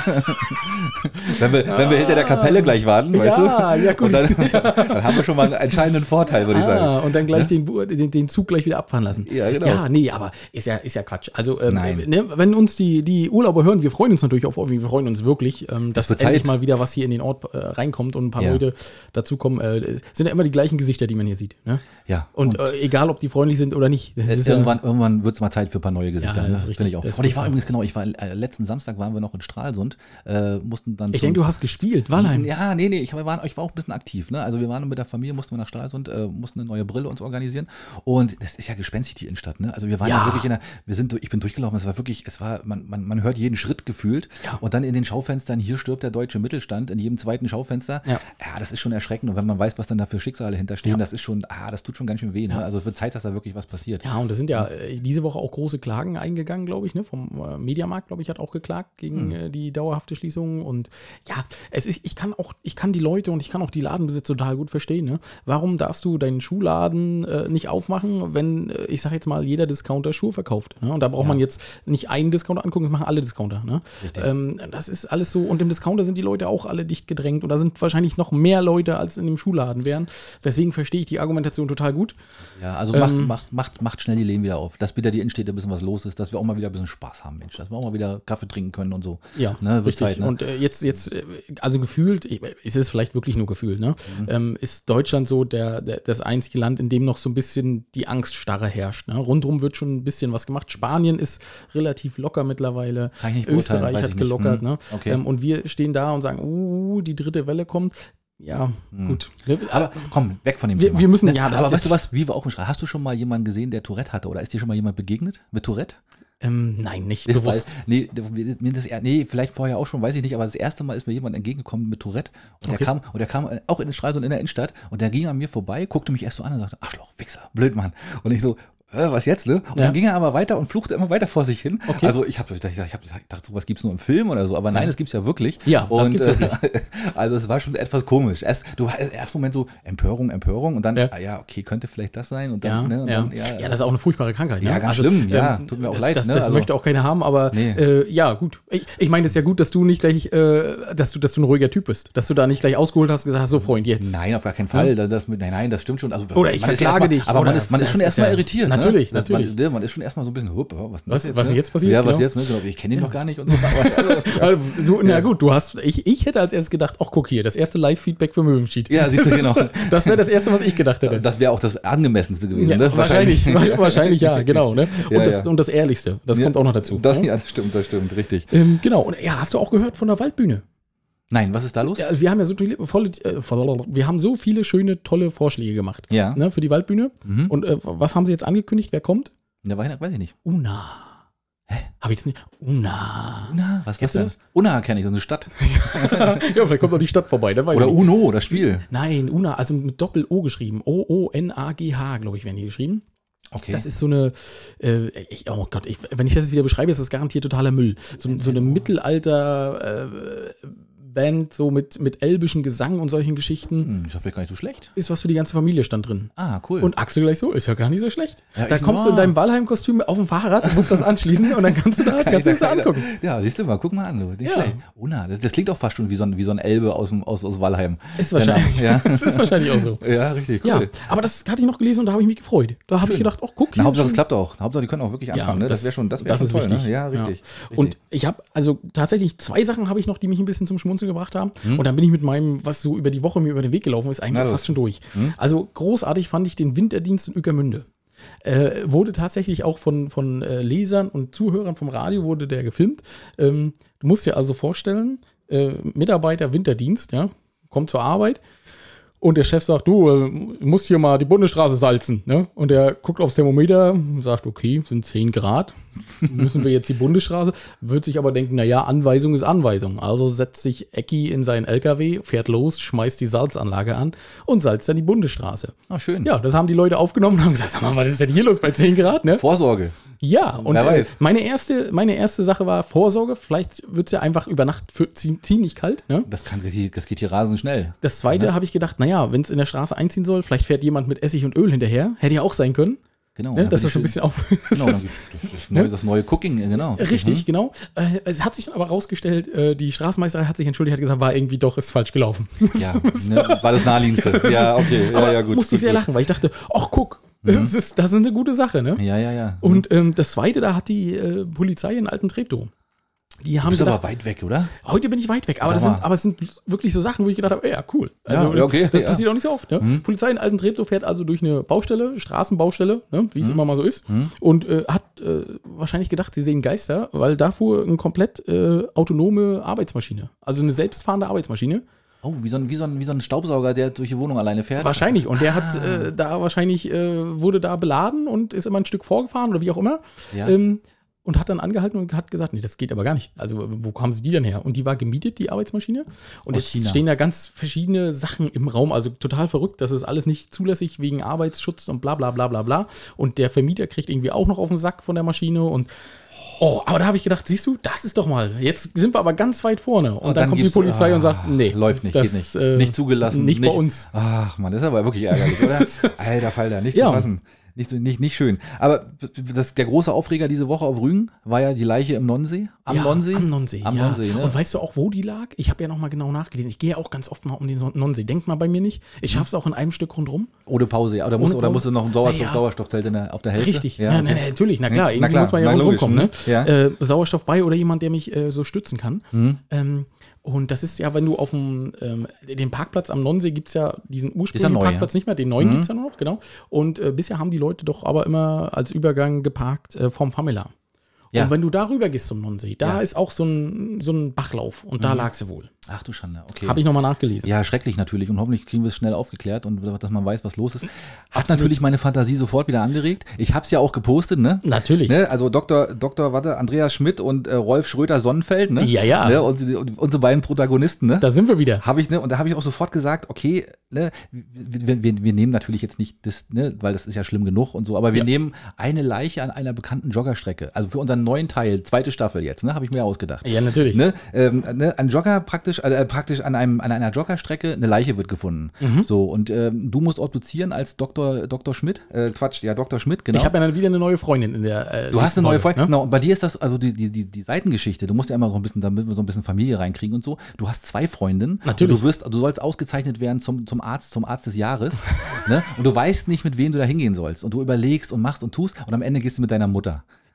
wenn, wir, wenn wir hinter der Kapelle gleich warten, weißt Ja, du? ja, gut. Und dann, dann haben wir schon mal einen entscheidenden Vorteil, würde ich sagen. Ah, und dann gleich den, Bu- den, den Zug gleich wieder abfahren lassen. Ja, genau. Ja, nee, aber ist ja, ist ja Quatsch. Also, ähm, Nein. ne, wenn uns die, die Urlauber hören, wir freuen uns natürlich auf euch, wir freuen uns wirklich, ähm, dass wird endlich Zeit. mal wieder was hier in den Ort äh, reinkommt und ein paar Ja. Leute dazukommen. Äh, sind ja immer die gleichen Gesichter, die man hier sieht. Ne? Ja. Und, äh, egal, ob die freundlich sind oder nicht. Das ist irgendwann irgendwann wird es mal Zeit für ein paar neue Gesichter. Ja, das ne? ist richtig. Finde ich auch. Das Und ich wird- war übrigens, genau, ich war äh, letzten Samstag waren wir noch in Stralsund, äh, mussten dann. ich zum- denke, du hast gespielt, Walheim. Ja, nee, nee, ich war, waren- ich war auch ein bisschen aktiv. Ne? Also wir waren mit der Familie, mussten wir nach Stralsund, äh, mussten eine neue Brille uns organisieren. Und das ist ja gespenstig, die Innenstadt. Ne? Also wir waren ja. Ja. wirklich in der, wir sind, durch- ich bin durchgelaufen, es war wirklich, es war, man, man, man hört jeden Schritt gefühlt. Ja. Und dann in den Schaufenstern, hier stirbt der deutsche Mittelstand, in jedem zweiten Schaufenster. Ja. Ja, das ist schon erschreckend. Und wenn man weiß, was dann da für Schicksale hinterstehen, Ja. das ist schon, ah, das tut schon ganz schön weh. Ne? Ja. Also es wird Zeit, dass da wirklich was passiert. Ja, und da sind ja äh, diese Woche auch große Klagen eingegangen, glaube ich, ne? Vom äh, Mediamarkt, glaube ich, hat auch geklagt gegen äh, die dauerhafte Schließung. Und ja, es ist, ich kann auch, ich kann die Leute und ich kann auch die Ladenbesitzer total gut verstehen. Ne? Warum darfst du deinen Schuhladen äh, nicht aufmachen, wenn, äh, ich sage jetzt mal, jeder Discounter Schuhe verkauft? Ne? Und da braucht Ja. man jetzt nicht einen Discounter angucken, das machen alle Discounter. Ne? Richtig. Ähm, das ist alles so, und im Discounter sind die Leute auch alle dicht gedrängt und da sind wahrscheinlich noch mehr Leute, als in dem Schuhladen wären. Deswegen verstehe ich die Argumentation total gut. Ja, also Ähm, macht, macht, macht, macht schnell die Läden wieder auf, dass wieder die Innenstädte ein bisschen was los ist, dass wir auch mal wieder ein bisschen Spaß haben, Mensch, dass wir auch mal wieder Kaffee trinken können und so. Ja, ne, wird richtig. Zeit, ne? Und äh, jetzt, jetzt, äh, also gefühlt, ich- es ist vielleicht wirklich nur gefühlt, ne? Mhm. Ähm, ist Deutschland so der, der, das einzige Land, in dem noch so ein bisschen die Angststarre herrscht. Ne? Rundrum wird schon ein bisschen was gemacht. Spanien ist relativ locker mittlerweile. Kann ich nicht beurteilen, Österreich weiß hat ich nicht. gelockert. Hm, Ne? okay. Ähm, und wir stehen da und sagen, uh, die dritte Welle kommt. Ja, gut. Ne? Aber komm, weg von dem Wir- Thema. wir müssen- Ne? ja, das- aber weißt du was, wie wir auch im Streit, hast du schon mal jemanden gesehen, der Tourette hatte oder ist dir schon mal jemand begegnet mit Tourette? Ähm, nein, nicht Weil- bewusst. Nee, mir das, eher- nee, vielleicht vorher auch schon, weiß ich nicht, aber das erste Mal ist mir jemand entgegengekommen mit Tourette und Okay. der kam und der kam auch in den Stralsund in der Innenstadt und der ging an mir vorbei, guckte mich erst so an und sagte, Arschloch, Wichser, Blödmann. Und ich so, äh, was jetzt, ne? Und Ja. dann ging er aber weiter und fluchte immer weiter vor sich hin. Okay. Also ich habe ich dachte, ich hab gedacht, sowas gibt's nur im Film oder so, aber nein, Ja. das gibt's ja wirklich. Ja, das und, gibt's äh, wirklich. Also es war schon etwas komisch. Erst, du war im ersten Moment so Empörung, Empörung und dann, Ja. ah, ja, okay, könnte vielleicht das sein und Ja, dann, ne? Und ja. dann, ja, das ist auch eine furchtbare Krankheit. Ja, ne? ganz schlimm, ja, tut mir auch das, leid, Das, ne? das Also- möchte auch keiner haben, aber Nee. äh, ja, gut. Ich, ich meine, es ist ja gut, dass du nicht gleich, äh, dass du, dass du ein ruhiger Typ bist. Dass du da nicht gleich ausgeholt hast und gesagt hast, so Freund, jetzt. Nein, auf gar keinen Fall. Das, das, nein, nein, das stimmt schon. Also, Oder ich man ist verklage erstmal- dich, Aber man oder? ist, man ist Das schon ist erstmal ja- irritiert. Natürlich, ne? natürlich. Man, man ist schon erstmal so ein bisschen, hup, was, Was- jetzt, was ne? jetzt passiert, Ja, was genau. jetzt, ne? Genau, ich kenne ihn doch gar nicht und so. Aber, Also, du, na gut, du hast, ich, ich hätte als erstes gedacht, ach guck hier, das erste Live-Feedback für Möwenschied. Ja, siehst du, genau. Das wäre das Erste, was ich gedacht hätte. das wäre auch das angemessenste gewesen. Ja, ne? wahrscheinlich, wahrscheinlich, wahrscheinlich ja, genau. Ne? Und, Ja, das, ja. und das Ehrlichste, das Ja, kommt auch noch dazu. Das, ne? ja, das stimmt, das stimmt, richtig. ähm, genau, und ja, hast du auch gehört von der Waldbühne? Nein, was ist da los? Ja, also wir haben ja so viele, volle, äh, wir haben so viele schöne, tolle Vorschläge gemacht. Ja. Ne, für die Waldbühne. Mhm. Und äh, was haben sie jetzt angekündigt? Wer kommt? Ja, weiß weiß ich nicht. Una. Hä? Habe ich das nicht? Una. Una, was ist Kennst das? du das? Una kenne ich, das ist eine Stadt. Ja, vielleicht kommt auch die Stadt vorbei, dann weiß Oder ich nicht. Uno, das Spiel. Nein, Una, also mit Doppel-O geschrieben. O O N A G H, glaube ich, werden die geschrieben. Okay. Das ist so eine, äh, ich, oh Gott, ich, wenn ich das jetzt wieder beschreibe, ist das garantiert totaler Müll. So, so eine Mittelalter äh, Band, so mit, mit elbischen Gesang und solchen Geschichten. Hm, ist ja vielleicht gar nicht so schlecht. Ist was für die ganze Familie stand drin. Ah, cool. Und Axel gleich so, ist ja gar nicht so schlecht. Ja, da ich- kommst du in oh. deinem Walheim-Kostüm auf dem Fahrrad, musst das anschließen und dann kannst du da, kannst du das da angucken. Ja, siehst du mal, guck mal an. Du. Nicht Ja. schlecht. Una, das, das klingt auch fast schon wie so ein, wie so ein Elbe aus, dem, aus, aus Walheim. Ist wahrscheinlich. Ja. Das ist wahrscheinlich auch so. Ja, richtig, cool. Ja, aber das hatte ich noch gelesen und da habe ich mich gefreut. Da habe ich Schön. gedacht, ach guck, Na, Hauptsache, schon- es klappt auch. Hauptsache, die können auch wirklich anfangen. ne? Das, wäre schon, das wär das schon ist toll. wichtig. Ne? Ja, richtig. richtig. Und ich habe also tatsächlich zwei Sachen habe ich noch, die mich ein bisschen zum Schmunzeln gebracht haben. Hm? Und dann bin ich mit meinem, was so über die Woche mir über den Weg gelaufen ist, eigentlich Na los. fast schon durch. Hm? Also großartig fand ich den Winterdienst in Ueckermünde. Äh, wurde tatsächlich auch von, von äh, Lesern und Zuhörern vom Radio wurde der gefilmt. Ähm, du musst dir also vorstellen, äh, Mitarbeiter Winterdienst, ja, kommt zur Arbeit. Und der Chef sagt, du äh, musst hier mal die Bundesstraße salzen. Ne? Und er guckt aufs Thermometer, sagt, okay, sind zehn Grad. Müssen wir jetzt die Bundesstraße? Wird sich aber denken, naja, Anweisung ist Anweisung. Also setzt sich Ecki in seinen L K W, fährt los, schmeißt die Salzanlage an und salzt dann die Bundesstraße. Ah, schön. Ja, das haben die Leute aufgenommen und haben gesagt, sag mal, was ist denn hier los bei zehn Grad? Ne? Vorsorge. Ja, und Wer äh, weiß. meine, erste, meine erste Sache war Vorsorge. Vielleicht wird es ja einfach über Nacht für, zie- ziemlich kalt. Ne? Das, kann, das geht hier rasend schnell. Das zweite habe ich gedacht, naja, wenn es in der Straße einziehen soll, vielleicht fährt jemand mit Essig und Öl hinterher. Hätte ja auch sein können. Genau. Ne? dann Das wird ist so ein die bisschen auf. schön- das Genau, ist- dann, das, das, neue, das neue Cooking, genau. Richtig, genau. Äh, es hat sich dann aber rausgestellt, äh, die Straßenmeisterei hat sich entschuldigt, hat gesagt, war irgendwie doch, ist falsch gelaufen. Ja, ne, war das naheliegendste. Ja, okay. Ja, aber ja, gut. musste ich gut, sehr gut. lachen, weil ich dachte, ach guck, das, ist, das ist eine gute Sache, ne? Ja, ja, ja. Und ähm, das zweite, da hat die äh, Polizei in Alten-Treptow. Die du haben bist gedacht, aber weit weg, oder? heute bin ich weit weg, aber, Da das sind, war- aber es sind wirklich so Sachen, wo ich gedacht habe, ja, cool. Also, Ja, ja, okay, das ja. passiert auch nicht so oft. Ne? Mhm. Polizei in Alten-Treptow fährt also durch eine Baustelle, Straßenbaustelle, ne? wie es Mhm. immer mal so ist, Mhm. und äh, hat äh, wahrscheinlich gedacht, sie sehen Geister, weil da fuhr eine komplett äh, autonome Arbeitsmaschine, also eine selbstfahrende Arbeitsmaschine. Oh, wie so, ein, wie, so ein, wie so ein Staubsauger, der durch die Wohnung alleine fährt. Wahrscheinlich. Und der hat Ah. äh, da wahrscheinlich, äh, wurde da beladen und ist immer ein Stück vorgefahren oder wie auch immer. Ja. Ähm, und hat dann angehalten und hat gesagt, nee, das geht aber gar nicht. Also, wo haben sie die denn her? Und die war gemietet, die Arbeitsmaschine. Und Aus jetzt China. stehen da ganz verschiedene Sachen im Raum. Also total verrückt. Das ist alles nicht zulässig wegen Arbeitsschutz und bla bla bla bla bla. Und der Vermieter kriegt irgendwie auch noch auf den Sack von der Maschine. Und oh, aber da habe ich gedacht, siehst du, das ist doch mal. Jetzt sind wir aber ganz weit vorne. Und, Und dann, dann kommt die gibt's- Polizei ah, und sagt, nee. läuft nicht, das, geht nicht. äh, Nicht zugelassen. Nicht, bei uns. Ach man, das ist aber wirklich ärgerlich, oder? Alter Falter, nicht Ja. zu fassen. Nicht, so- nicht, nicht schön. Aber das, der große Aufreger diese Woche auf Rügen war ja die Leiche im Nonsee. Am ja, Nonsee? Am Nonsee, Am ja. Nonsee, ne? Und weißt du auch, wo die lag? Ich habe ja noch mal genau nachgelesen. Ich gehe ja auch ganz oft mal um den Nonsee. Denk mal bei mir nicht. Ich schaffe es auch in einem Stück rundherum. Ohne Pause, ja. Oder musst, Ohne oder Pause? musst du noch ein Sauerstoff, Na ja. Sauerstoffzelt in der, auf der Hälfte? Richtig. Ja, Ja, okay. na, na, natürlich, na klar. Na Irgendwie klar, muss man ja na auch logisch, rumkommen. Ne? ne? Ja. Äh, Sauerstoff bei oder jemand, der mich äh, so stützen kann. Mhm. Ähm, und das ist ja, wenn du auf dem ähm, den Parkplatz am Nonsee gibt es ja diesen Ist ja ursprünglichen neu, Parkplatz ja. nicht mehr, den neuen Mhm. gibt es ja nur noch, genau. Und äh, bisher haben die Leute doch aber immer als Übergang geparkt äh, vom Famila. Ja. Und wenn du da rüber gehst zum Nonsee, da Ja. ist auch so ein, so ein Bachlauf und da Mhm. lag sie wohl. Ach du Schande, okay. Habe ich nochmal nachgelesen. Ja, schrecklich natürlich. Und hoffentlich kriegen wir es schnell aufgeklärt und dass man weiß, was los ist. Hat Absolut. natürlich meine Fantasie sofort wieder angeregt. Ich habe es ja auch gepostet, ne? Natürlich. Ne, also Doktor, Doktor, warte, Andreas Schmidt und äh, Rolf Schröter-Sonnenfeld, ne? Ja, ja. Ne? Und, und unsere beiden Protagonisten, ne? Da sind wir wieder. Habe ich, ne? Und da habe ich auch sofort gesagt, okay, ne, wir, wir, wir nehmen natürlich jetzt nicht das, ne, weil das ist ja schlimm genug und so, aber wir Ja. nehmen eine Leiche an einer bekannten Joggerstrecke. Also für unseren neuen Teil, zweite Staffel jetzt, ne, habe ich mir ausgedacht. Ja, natürlich. Ne, ähm, ne, ein Jogger praktisch, äh, praktisch an, einem, an einer Joggerstrecke eine Leiche wird gefunden. Mhm. So, und ähm, du musst obduzieren als Doktor, Doktor Schmidt. Äh, Quatsch, ja, Doktor Schmidt, genau. Ich habe ja dann wieder eine neue Freundin in der äh, Du hast eine neue Freundin. Ne? Genau, und bei dir ist das, also die, die, die, die Seitengeschichte, du musst ja immer so ein bisschen, damit wir so ein bisschen Familie reinkriegen und so. Du hast zwei Freundinnen. Natürlich. Und du wirst, du sollst ausgezeichnet werden zum, zum Arzt, zum Arzt des Jahres. Ne? Und du weißt nicht, mit wem du da hingehen sollst. Und du überlegst und machst und tust und am Ende gehst du mit deiner Mutter.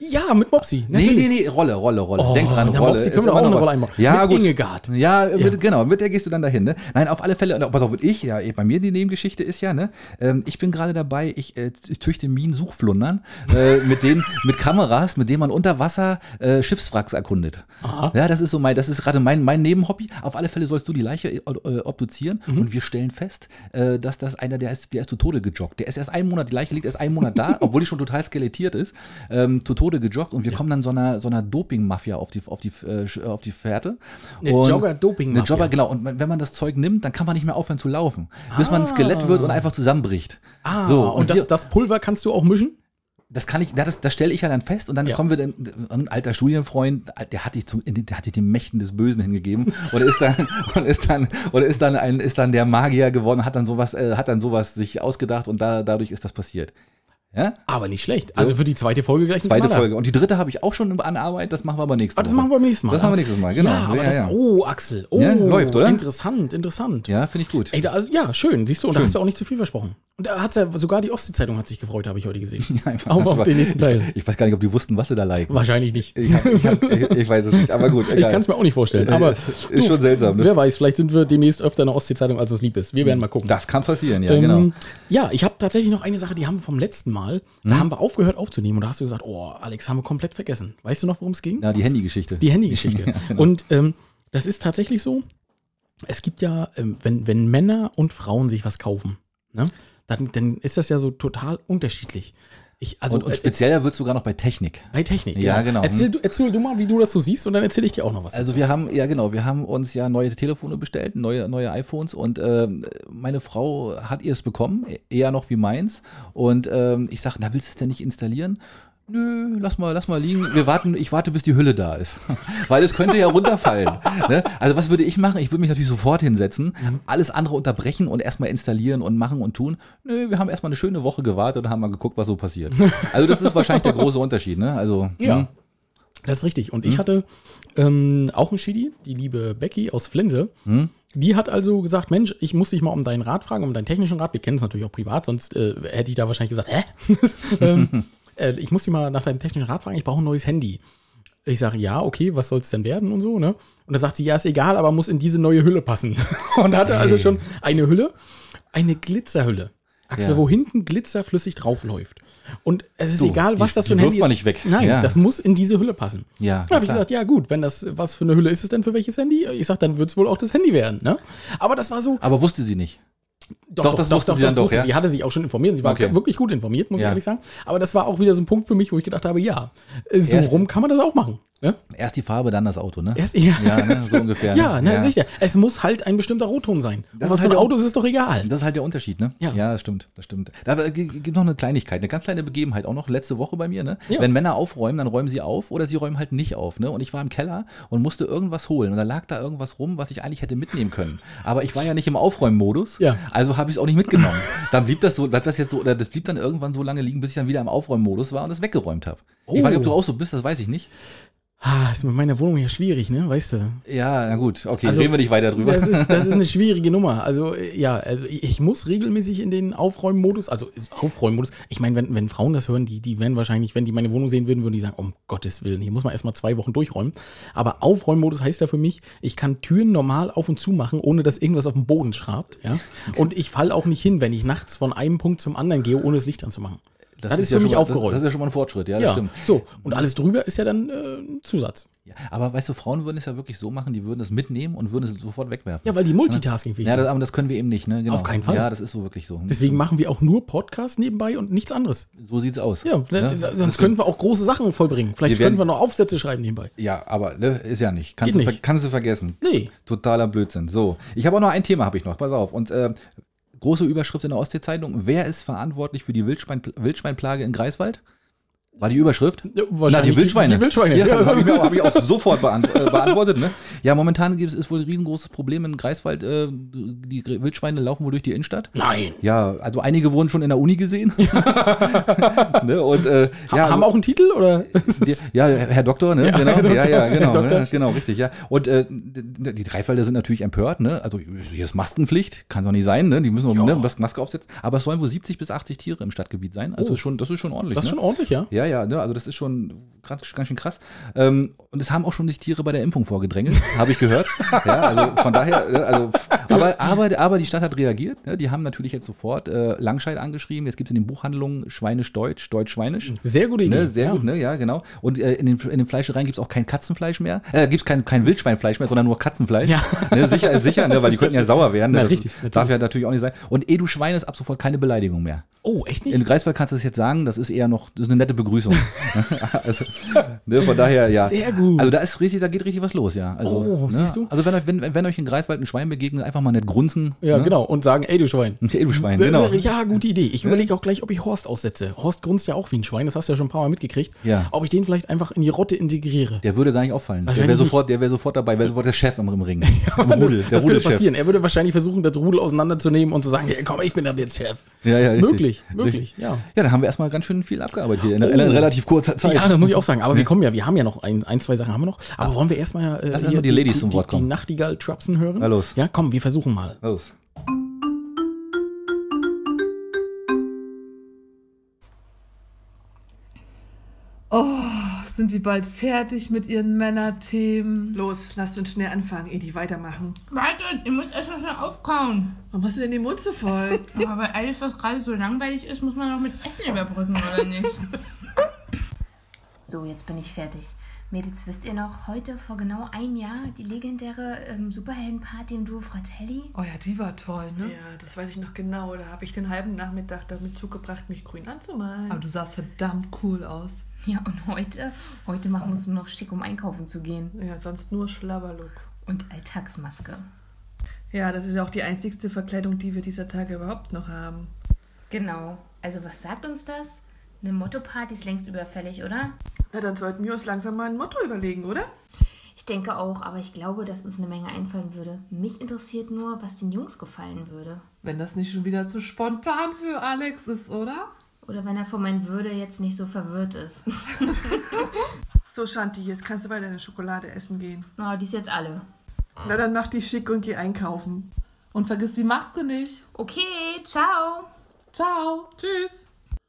Ja, mit Mopsi. Nee, nee, nee, Rolle, Rolle, Rolle. Oh, Denk dran, mit der Rolle. Mopsi können Ist wir doch immer auch eine noch- Rolle einbauen. Ja, Mit gut. Ingegard. Ja, Ja. Mit, genau, mit der gehst du dann dahin, ne? Nein, auf alle Fälle, pass auf, und ich, ja, bei mir die Nebengeschichte ist ja, ne, ähm, ich bin gerade dabei, ich, äh, ich züchte Minen-Suchflundern, äh, mit denen, mit Kameras, mit denen man unter Wasser äh, Schiffswracks erkundet. Aha. Ja, das ist so mein, das ist gerade mein, mein Nebenhobby. Auf alle Fälle sollst du die Leiche äh, obduzieren Mhm. und wir stellen fest, äh, dass das einer, der ist, der ist zu Tode gejoggt. Der ist erst einen Monat, die Leiche liegt erst einen Monat da, obwohl die schon total skelettiert ist, ähm, zu Tode gejoggt und wir kommen dann so einer, so einer Doping-Mafia auf die, auf die, äh, auf die Fährte. Eine Und- Jogger-Doping-Mafia. Eine Jogger, genau. Und wenn man das Zeug nimmt, dann kann man nicht mehr aufhören zu laufen, bis man ein Skelett wird und einfach zusammenbricht. Ah, so, und, das, wir- das Pulver kannst du auch mischen? Das kann ich, na, das, das stelle ich ja dann fest und dann Ja. kommen wir dann, ein alter Studienfreund, der hat dich zum, der hat dich den Mächten des Bösen hingegeben und ist dann, und ist dann, oder ist dann ein, ist dann der Magier geworden, hat dann sowas, äh, hat dann sowas sich ausgedacht und da, dadurch ist das passiert. Ja? Aber nicht schlecht. Also für die zweite Folge gleich ein Zweite Knaller. Folge. Und die dritte habe ich auch schon an Arbeit, das machen wir aber nächste Ah, das Woche. machen wir beim nächsten Mal. Das machen wir nächstes Mal, genau. Ja, aber Ja, das, ja. oh, Axel. Oh, Ja, läuft, oder? Interessant, interessant. Ja, finde ich gut. Ey, da, also, ja, schön. Siehst du, und da Schön. hast du auch nicht zu viel versprochen. Und da hat's ja, sogar die Ostsee-Zeitung hat sich gefreut, habe ich heute gesehen. Einfach Auch ganz auf über- den nächsten Teil. Ich weiß gar nicht, ob die wussten, was sie da liken. Wahrscheinlich nicht. Ich, hab, ich, hab, ich, ich weiß es nicht, aber gut. Ich egal. kann es mir auch nicht vorstellen. Aber Ist schon seltsam, ne? wer weiß, vielleicht sind wir demnächst öfter in der Ostsee-Zeitung, als uns lieb ist. Wir werden mal gucken. Das kann passieren, ja, Ähm, genau. Ja, ich habe tatsächlich noch eine Sache, die haben wir vom letzten Mal, da haben wir aufgehört aufzunehmen und da hast du gesagt, oh, Alex, haben wir komplett vergessen. Weißt du noch, worum es ging? Ja, die Handygeschichte. Die Handygeschichte. Ja, genau. Und ähm, das ist tatsächlich so, es gibt ja, ähm, wenn, wenn Männer und Frauen sich was kaufen, ne, dann, dann ist das ja so total unterschiedlich. Ich, also, und, und äh, spezieller wird es sogar noch bei Technik. bei Technik. Ja, genau. Erzähl du, erzähl du mal, wie du das so siehst und dann erzähle ich dir auch noch was. Also wir haben, ja genau, wir haben uns ja neue Telefone bestellt, neue, neue iPhones und ähm, meine Frau hat ihr es bekommen, eher noch wie meins. Und ähm, ich sage, na willst du es denn nicht installieren? Nö, lass mal, lass mal liegen. Wir warten, ich warte, bis die Hülle da ist. Weil es könnte ja runterfallen. Ne? Also was würde ich machen? Ich würde mich natürlich sofort hinsetzen, alles andere unterbrechen und erstmal installieren und machen und tun. Nö, wir haben erstmal eine schöne Woche gewartet und haben mal geguckt, was so passiert. Also das ist wahrscheinlich der große Unterschied. Ne? Also, Ja. hm. Das ist richtig. Und ich hatte ähm, auch einen Schidi, die liebe Becky aus Flense. Hm? Die hat also gesagt, Mensch, ich muss dich mal um deinen Rat fragen, um deinen technischen Rat. Wir kennen es natürlich auch privat, sonst äh, hätte ich da wahrscheinlich gesagt, hä? ähm, äh, ich muss dich mal nach deinem technischen Rat fragen, ich brauche ein neues Handy. Ich sage, ja, okay, was soll es denn werden und so, ne? Und da sagt sie, ja, ist egal, aber muss in diese neue Hülle passen. Und hatte also schon eine Hülle, eine Glitzerhülle. Axel, Ja. wo hinten Glitzer flüssig draufläuft. Und es ist Du, egal, was die- das für ein die Handy wirft man ist. nicht weg. Nein, Ja. das muss in diese Hülle passen. Ja, Dann habe ich klar. gesagt, ja gut, wenn das, was für eine Hülle ist es denn für welches Handy? Ich sage, dann wird es wohl auch das Handy werden. Ne? Aber das war so, Aber wusste sie nicht. doch, das wusste sie dann doch, wusste ja? sie. Sie hatte sich auch schon informiert. Sie war Okay. wirklich gut informiert, muss ich Ja. ehrlich sagen. Aber das war auch wieder so ein Punkt für mich, wo ich gedacht habe, ja, äh, so Erst- rum kann man das auch machen. Ne? Erst die Farbe, dann das Auto, ne? Erst, ja, Ja, ne, so ungefähr. ja, ne? ne, sicher. Es muss halt ein bestimmter Rotton sein. Das Und was ist für ein halt auch- Auto ist, ist doch egal. Das ist halt der Unterschied, ne? Ja. ja das stimmt, das stimmt. Da gibt noch eine Kleinigkeit, eine ganz kleine Begebenheit, auch noch letzte Woche bei mir, ne? Ja. Wenn Männer aufräumen, dann räumen sie auf oder sie räumen halt nicht auf, ne? Und ich war im Keller und musste irgendwas holen und da lag da irgendwas rum, was ich eigentlich hätte mitnehmen können. Aber ich war ja nicht im Aufräummodus, Ja. also habe ich es auch nicht mitgenommen. Dann blieb das so, bleibt das jetzt so, oder das blieb dann irgendwann so lange liegen, bis ich dann wieder im Aufräummodus war und es weggeräumt habe. Ich Oh. weiß nicht, ob du auch so bist, das weiß ich nicht. Ah, ist mit meiner Wohnung ja schwierig, ne? Weißt du? Ja, na gut, okay, Also, reden wir nicht weiter drüber. Das ist, das ist eine schwierige Nummer. Also, äh, ja, also ich ich muss regelmäßig in den Aufräummodus, also ist Aufräummodus. Ich meine, wenn, wenn Frauen das hören, die, die werden wahrscheinlich, wenn die meine Wohnung sehen würden, würden die sagen, um Gottes Willen, hier muss man erstmal zwei Wochen durchräumen. Aber Aufräummodus heißt ja für mich, ich kann Türen normal auf und zu machen, ohne dass irgendwas auf dem Boden schrabt. Ja? Und ich falle auch nicht hin, wenn ich nachts von einem Punkt zum anderen gehe, ohne das Licht anzumachen. Das, ist ja für mich schon mal, aufgeräumt. Das, das ist ja schon mal ein Fortschritt, ja, das ja, stimmt. so. Und alles drüber ist ja dann äh, ein Zusatz. Ja, aber weißt du, Frauen würden es ja wirklich so machen, die würden es mitnehmen und würden es sofort wegwerfen. Ja, weil die multitaskingfähig Ja, sind. das, aber das können wir eben nicht, ne? Genau. Auf keinen Fall. Ja, das ist so wirklich so. Deswegen machen wir auch nur Podcast nebenbei und nichts anderes. So sieht's aus. Ja, Ne? sonst Das- könnten wir auch große Sachen vollbringen. Vielleicht Wir werden- könnten wir noch Aufsätze schreiben nebenbei. Ja, aber ne, ist ja nicht. Kannst, Geht du, ver- nicht. kannst du vergessen. Nee. Totaler Blödsinn. So, ich habe auch noch ein Thema, habe ich noch. Pass auf. Und äh, große Überschrift in der Ostsee-Zeitung. Wer ist verantwortlich für die Wildschwein, Wildschweinplage in Greifswald? War die Überschrift? Ja, wahrscheinlich Na, die Wildschweine. Die, die Wildschweine. Ja, Ja, das das habe ich, mir auch- hab ich auch sofort beant äh, beantwortet. Ne? Ja, momentan gibt es ist wohl ein riesengroßes Problem in Greifswald. Äh, die Gr- Wildschweine laufen wohl durch die Innenstadt. Nein. Ja, also einige wurden schon in der Uni gesehen. ne? Und, äh, ja, Haben auch einen Titel? Oder? die, ja, Herr Doktor, ne? Ja, genau, Herr Doktor, ja, ja, genau, Herr Doktor. ne? Genau, richtig, ja. Und äh, die die Greifwalder sind natürlich empört, ne? Also hier ist Maskenpflicht, kann doch nicht sein, ne? Die müssen Ja. ne, Mas- Maske aufsetzen. Aber es sollen wohl siebzig bis achtzig Tiere im Stadtgebiet sein. Also Oh. ist schon, das ist schon ordentlich. Das ist ne? schon ordentlich, ja. Ja, Ja, ja, ne, also das ist schon ganz, ganz schön krass. Ähm, und es haben auch schon sich Tiere bei der Impfung vorgedrängelt, habe ich gehört. Ja, also von daher, äh, also, aber, aber, aber die Stadt hat reagiert. Ne? Die haben natürlich jetzt sofort äh, Langscheid angeschrieben. Jetzt gibt es in den Buchhandlungen Schweinisch-Deutsch, Deutsch-Schweinisch. Sehr gute Idee. Ne? Sehr ja. gut, ne? Ja, genau. Und äh, in, den, in den Fleischereien gibt es auch kein Katzenfleisch mehr. Äh, gibt es kein, kein Wildschweinfleisch mehr, sondern nur Katzenfleisch. Ja. Ne? Sicher ist sicher, ne? Weil die könnten ja sauer werden. Ne? Na, Das richtig, darf natürlich. ja natürlich auch nicht sein. Und Edu Schwein ist ab sofort keine Beleidigung mehr. Oh, echt nicht? In Greifswald kannst du das jetzt sagen, das ist eher noch, das ist eine nette Begrüßung. also, ne, von daher, ja. Sehr gut. Also da ist richtig, da geht richtig was los, ja. Also, Oh, ne? siehst du? Also wenn euch, wenn, wenn euch in Greifswald ein Schwein begegnet, einfach mal nicht grunzen. Ja, ne? genau. Und sagen, ey, du Schwein. Ey, du Schwein, genau. Ja, gute Idee. Ich überlege auch gleich, ob ich Horst aussetze. Horst grunzt ja auch wie ein Schwein, das hast du ja schon ein paar Mal mitgekriegt. Ja. Ob ich den vielleicht einfach in die Rotte integriere. Der würde gar nicht auffallen. Der Wahrscheinlich wäre sofort, der wäre sofort dabei, wäre sofort der Chef im, im Ring. Im das Rudel, der das könnte Rudelchef. passieren. Er würde wahrscheinlich versuchen, das Rudel auseinanderzunehmen und zu sagen, hey, komm, ich bin ab jetzt Chef. Ja, ja, richtig. Möglich, möglich, Richtig. ja. Ja, da haben wir erstmal ganz schön viel abgearbeitet hier in, in Oh. relativ kurzer Zeit. Ja, das muss ich auch sagen. Aber wir kommen ja, wir haben ja noch ein, ein zwei Sachen haben wir noch. Aber wollen wir erstmal äh, Lass hier erst mal die Ladies zum Wort die, kommen. die Nachtigall Trapsen hören? Na los. Ja, komm, wir versuchen mal. Los. Oh, sind die bald fertig mit ihren Männerthemen? Los, lasst uns schnell anfangen, ehe die weitermachen. Wartet, ihr müsst erst mal schnell aufkauen. Warum hast du denn den Mund so voll? Aber weil alles, was gerade so langweilig ist, muss man noch mit Essen überbrücken, oder nicht? So, jetzt bin ich fertig. Mädels, wisst ihr noch, heute vor genau einem Jahr die legendäre ähm, Superheldenparty im Duo Fratelli? Oh ja, die war toll, ne? Ja, das weiß ich noch genau. Da habe ich den halben Nachmittag damit zugebracht, mich grün anzumalen. Aber du sahst verdammt cool aus. Ja, und heute? Heute machen wir uns nur noch schick, um einkaufen zu gehen. Ja, sonst nur Schlabberlook. Und Alltagsmaske. Ja, das ist ja auch die einzigste Verkleidung, die wir dieser Tage überhaupt noch haben. Genau. Also was sagt uns das? Eine Motto-Party ist längst überfällig, oder? Na, dann sollten wir uns langsam mal ein Motto überlegen, oder? Ich denke auch, aber ich glaube, dass uns eine Menge einfallen würde. Mich interessiert nur, was den Jungs gefallen würde. Wenn das nicht schon wieder zu spontan für Alex ist, oder? Oder wenn er von meinen Würde jetzt nicht so verwirrt ist. So, Shanti, jetzt kannst du weiter deine Schokolade essen gehen. Na, die ist jetzt alle. Na, dann mach dich schick und geh einkaufen. Und vergiss die Maske nicht. Okay, ciao. Ciao. Tschüss.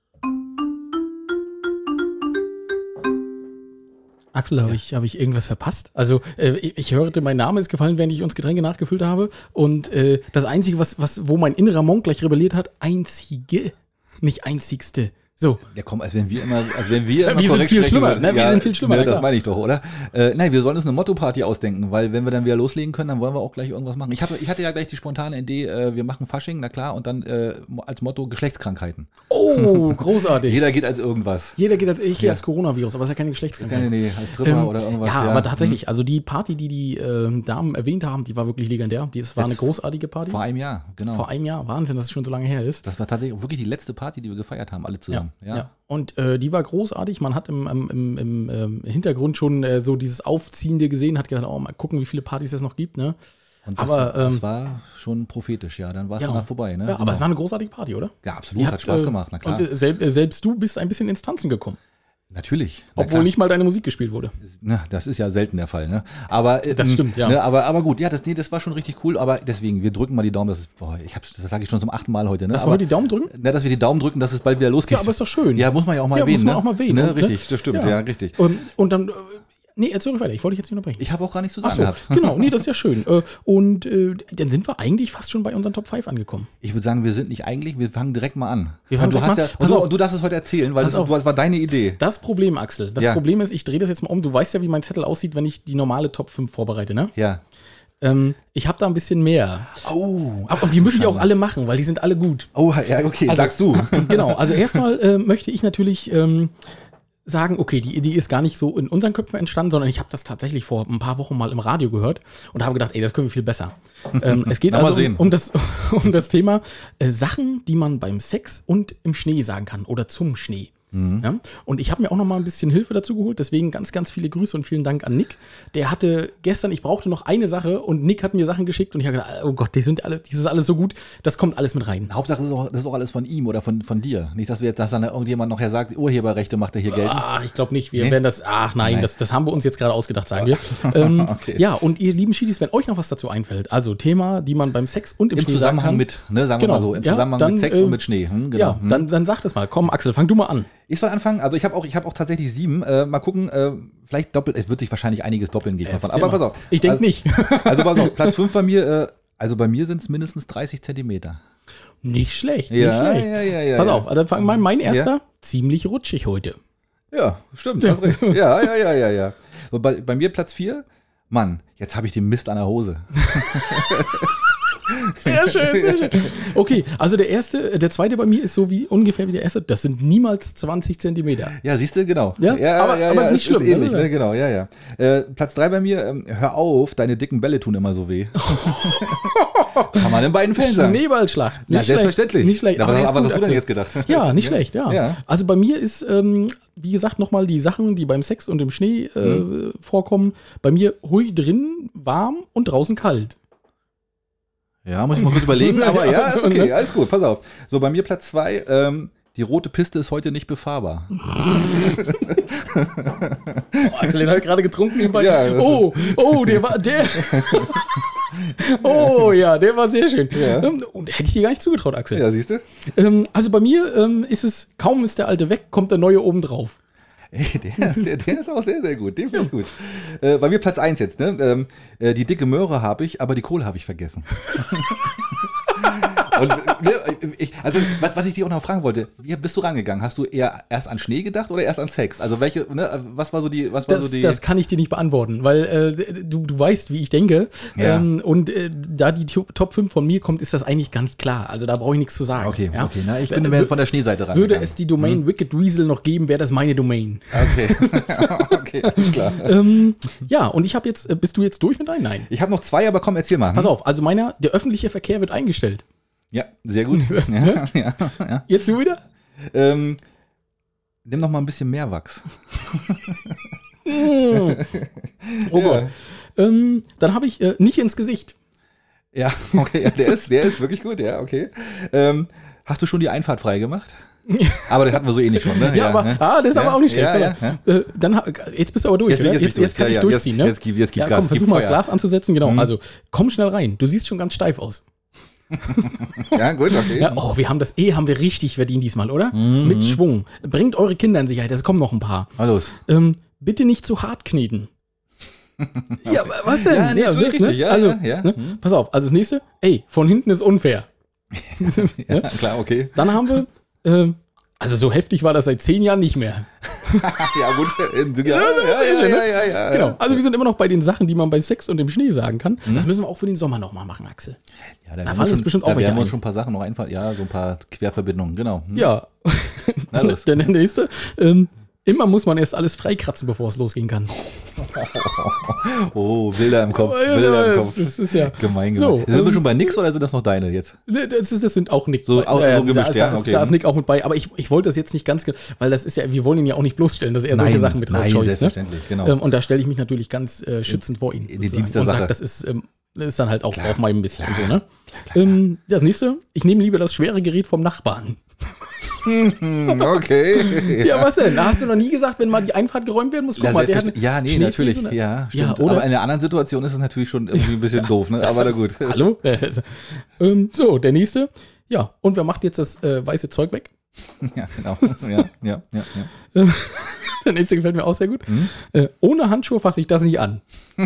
Axel, habe ich, hab ich irgendwas verpasst? Also, äh, ich, ich hörte, mein Name ist gefallen, während ich uns Getränke nachgefüllt habe. Und äh, das Einzige, was, was, wo mein innerer Monk gleich rebelliert hat, einzige, nicht einzigste. So. Ja, komm, als wenn wir immer, als wenn wir immer Wir sind korrekt viel sprechen schlimmer, würden. ne? Wir Ja, sind viel schlimmer, Ne, na das klar. meine ich doch, oder? Äh, nein, wir sollen uns eine Motto-Party ausdenken, weil wenn wir dann wieder loslegen können, dann wollen wir auch gleich irgendwas machen. Ich, hab, ich hatte ja gleich die spontane Idee, äh, wir machen Fasching, na klar, und dann äh, als Motto Geschlechtskrankheiten. Oh, großartig. Jeder geht als irgendwas. Jeder geht als, ich gehe Ja. als Coronavirus, aber es ist ja keine Geschlechtskrankheit. Keine, nee, als Tripper Ähm, oder irgendwas. ja, aber tatsächlich, also die Party, die die ähm, Damen erwähnt haben, die war wirklich legendär. Die, es war eine Jetzt großartige Party. Vor einem Jahr, genau. Vor einem Jahr. Wahnsinn, dass es schon so lange her ist. Das war tatsächlich wirklich die letzte Party, die wir gefeiert haben, alle zusammen. Ja. Ja. Und äh, die war großartig. Man hat im, im, im, im ähm, Hintergrund schon äh, so dieses Aufziehende gesehen, hat gedacht, oh, mal gucken, wie viele Partys es noch gibt. Ne? Und das, Aber, das ähm, war schon prophetisch, ja. Dann war es Genau. danach vorbei. Ne? Ja, aber es war eine großartige Party, oder? ja, absolut, hat, Spaß gemacht, na klar. Und äh, sel äh, selbst du bist ein bisschen ins Tanzen gekommen. Natürlich. na Obwohl klar. nicht mal deine Musik gespielt wurde. Na, das ist ja selten der Fall, ne? Aber äh, Das stimmt, ja. Ne, aber, aber gut, ja, das, nee, das war schon richtig cool. Aber deswegen, wir drücken mal die Daumen. Das ist, boah, ich hab's, das sage ich schon zum achten Mal heute. Ne? Dass aber, wir die Daumen drücken? Na, dass wir die Daumen drücken, dass es bald wieder losgeht. Ja, aber ist doch schön. Ja, muss man ja auch mal Ja, erwähnen. muss man ne? auch mal erwähnen, Ne? ne? Richtig, das stimmt, ja, richtig. Und, und dann, äh, nee, erzähl doch weiter, ich wollte dich jetzt nicht unterbrechen. Ich habe auch gar nichts zu Ach sagen so, gehabt. genau, nee, das ist ja schön. Äh, Und äh, dann sind wir eigentlich fast schon bei unseren Top fünf angekommen. Ich würde sagen, wir sind nicht eigentlich, wir fangen direkt mal an. Wir fangen und du, direkt hast mal- ja, Pass und du, auf. und du darfst es heute erzählen, weil Pass das, auf. das war deine Idee. Das Problem, Axel, das Ja. Problem ist, ich drehe das jetzt mal um. Du weißt ja, wie mein Zettel aussieht, wenn ich die normale Top fünf vorbereite, ne? Ja. Ähm, ich habe da ein bisschen mehr. Oh. Aber die müssen die auch alle machen, weil die sind alle gut. Oh, ja, okay, Also- sagst du. Genau, also erstmal äh, möchte ich natürlich ähm, sagen, okay, die Idee ist gar nicht so in unseren Köpfen entstanden, sondern ich habe das tatsächlich vor ein paar Wochen mal im Radio gehört und habe gedacht, ey, das können wir viel besser. ähm, es geht Na, mal also sehen. um, um, das, um das Thema äh, Sachen, die man beim Sex und im Schnee sagen kann oder zum Schnee. Ja? Und ich habe mir auch noch mal ein bisschen Hilfe dazu geholt, deswegen ganz, ganz viele Grüße und vielen Dank an Nick. Der hatte gestern, ich brauchte noch eine Sache und Nick hat mir Sachen geschickt und ich habe gedacht, oh Gott, die sind alle, das ist alles so gut, das kommt alles mit rein. Hauptsache, das ist, auch, das ist auch alles von ihm oder von, von dir. Nicht, dass wir jetzt, dass dann irgendjemand nachher sagt, Urheberrechte macht er hier geltend. Ah, ich glaube nicht. Wir Nee? werden das. Ach nein, Nein. Das, das haben wir uns jetzt gerade ausgedacht, sagen wir. ähm, Okay. Ja, und ihr lieben Schiedis, wenn euch noch was dazu einfällt, also Thema, die man beim Sex und im, Im Schnee Zusammenhang sagen kann, mit, ne, sagen Genau. wir mal so, im Ja, Zusammenhang dann, mit Sex äh, und mit Schnee. Hm, genau. Ja, Hm. dann, dann sag das mal. Komm, Axel, fang du mal an. Ich soll anfangen? Also ich habe auch, ich hab auch tatsächlich sieben. Äh, mal gucken, äh, vielleicht doppelt, es wird sich wahrscheinlich einiges doppeln, gehe ich mal von. Aber pass auf. Ich denke also, nicht. Also pass auf, Platz fünf bei mir, äh, also bei mir sind es mindestens dreißig Zentimeter. Nicht schlecht, nicht Ja, schlecht. ja, ja, ja, Pass ja. auf, also fang mal mein erster, Ja. ziemlich rutschig heute. Ja, stimmt, hast recht. Ja, ja, ja, ja, ja. So, bei, bei mir Platz vier, Mann, jetzt habe ich den Mist an der Hose. Sehr schön, sehr schön. Okay, also der erste, der zweite bei mir ist so wie ungefähr wie der erste. Das sind niemals zwanzig Zentimeter. Ja, siehst du, genau. Ja, aber- aber ist nicht schlimm, Ist ähnlich, das ist ne? Genau, ja, ja. Äh, Platz drei bei mir, ähm, hör auf, deine dicken Bälle tun immer so weh. Kann man in beiden Fällen sagen. Schneeballschlacht. Ja, Nicht selbstverständlich. Schlecht. Nicht schlecht. Aber, der ist aber was gut, hast du denn Axel. jetzt gedacht? Ja, nicht schlecht, ja. Ja. Also bei mir ist, ähm, wie gesagt, nochmal die Sachen, die beim Sex und im Schnee äh, Mhm. vorkommen. Bei mir hui drin, warm und draußen kalt. Ja, muss ich mal kurz überlegen, aber ja, ist so, okay, ne? alles gut, pass auf. So, bei mir Platz zwei, ähm, die rote Piste ist heute nicht befahrbar. Oh, Axel, den habe ich gerade getrunken nebenbei. Ja, das- oh, oh, der war, der. Oh ja, der war sehr schön. Ja. Ähm, Und hätte ich dir gar nicht zugetraut, Axel. Ja, siehst du? Ähm, also bei mir ähm, ist es, kaum ist der alte weg, kommt der neue oben drauf. Ey, der, der, der ist auch sehr, sehr gut. Den finde ich gut. Äh, bei mir Platz eins jetzt, ne? Ähm, äh, die dicke Möhre habe ich, aber die Kohle habe ich vergessen. Und, ne, ich, also, was, was ich dich auch noch fragen wollte, wie bist du rangegangen? Hast du eher erst an Schnee gedacht oder erst an Sex? Also, welche, ne, was war so die, was war Das, so die. das kann ich dir nicht beantworten, weil äh, du, du weißt, wie ich denke. Ja. Ähm, und äh, da die Top Top fünf von mir kommt, ist das eigentlich ganz klar. Also da brauche ich nichts zu sagen. okay, ja? okay, na, ich bin Äh, mehr wür- von der Schneeseite ran. Würde es die Domain Wicked Weasel noch geben, wäre das meine Domain. Okay. Okay, alles klar. ähm, ja, und ich habe jetzt, äh, bist du jetzt durch mit deinem? Nein. Ich habe noch zwei, aber komm, erzähl mal. Hm? Pass auf, also meiner, der öffentliche Verkehr wird eingestellt. Ja, sehr gut. Ja, ja, ja. Jetzt du wieder? Ähm, nimm noch mal ein bisschen mehr Wachs. Oh Ja. Gott. Ähm, dann habe ich äh, nicht ins Gesicht. Ja, okay, ja, der, ist, der ist wirklich gut, ja, okay. Ähm, hast du schon die Einfahrt frei gemacht? Aber das hatten wir so ähnlich schon, ne? Ja, aber ne? ah, das ist Ja, aber auch nicht schlecht. ja, ja, Pass auf. Äh, dann, ha- jetzt bist du aber durch, Jetzt bin oder? ich- Jetzt, jetzt bin ich jetzt kann durch. ich Ja, ja, durchziehen, jetzt- ne? jetzt gib- jetzt gib ja, Gas, komm, gib versuch mal das Feuer. Glas anzusetzen, genau. Mhm. Also, komm schnell rein. Du siehst schon ganz steif aus. Ja, gut, okay. Ja, oh, wir haben das eh, haben wir richtig verdient diesmal, oder? Mit Schwung. Bringt eure Kinder in Sicherheit, es kommen noch ein paar. Mal los. Ähm, bitte nicht zu hart kneten. Ja, aber was denn? Ja, nee, ist wirklich richtig, ja, also, ja, ja. Ne? Mhm. Pass auf, also das nächste, ey, von hinten ist unfair. Ja, klar, okay. Dann haben wir, ähm, also so heftig war das seit zehn Jahren nicht mehr. Ja, gut. Ja, ja, ja, sehr schön, ja, ne? ja, ja. Genau, also wir sind immer noch bei den Sachen, die man bei Sex und im Schnee sagen kann. Mhm. Das müssen wir auch für den Sommer nochmal machen, Axel. Ja, da Da werden fallen wir uns schon, bestimmt auch da welche werden wir ein. uns schon ein paar Sachen noch einfallen. Ja, so ein paar Querverbindungen, genau. Hm. Ja, Na los. der, der nächste, ähm, immer muss man erst alles freikratzen, bevor es losgehen kann. Oh, Bilder im Kopf, Ja, Bilder im das, Kopf. das ist ja Gemein, gemein. So, sind wir ähm, schon bei nix oder sind das noch deine jetzt? Ne, Das, ist, das sind auch Nick. So, bei- au- äh, so gemischt, da, ist, ja, da, ist, okay. da ist Nick auch mit bei. Aber ich, ich wollte das jetzt nicht ganz, ge- weil das ist ja, wir wollen ihn ja auch nicht bloßstellen, dass er solche Sachen mit nein, rausscheust. Ne? selbstverständlich, genau. Ähm, und da stelle ich mich natürlich ganz äh, schützend vor ihn. in die sozusagen. Dienst der und Sache. sag, das ist, ähm, das ist dann halt auch Klar, auf meinem Mist. Und so, ne? klar, klar. Ähm, das nächste, ich nehme lieber das schwere Gerät vom Nachbarn. Hm, okay. Ja, was denn? Da hast du noch nie gesagt, wenn mal die Einfahrt geräumt werden muss? Guck Ja, mal, der hat selbstverständlich. Ja, nee, Schneefliese, natürlich. ne? Ja, stimmt. Ja, oder? Aber in einer anderen Situation ist es natürlich schon irgendwie ein bisschen doof, ne? Das Aber na ist- gut. Hallo? ähm, so, der nächste. Ja, und wer macht jetzt das äh, weiße Zeug weg? Ja, genau. Ja, ja, ja, ja. Der nächste gefällt mir auch sehr gut. Mhm. Äh, ohne Handschuhe fasse ich das nicht an.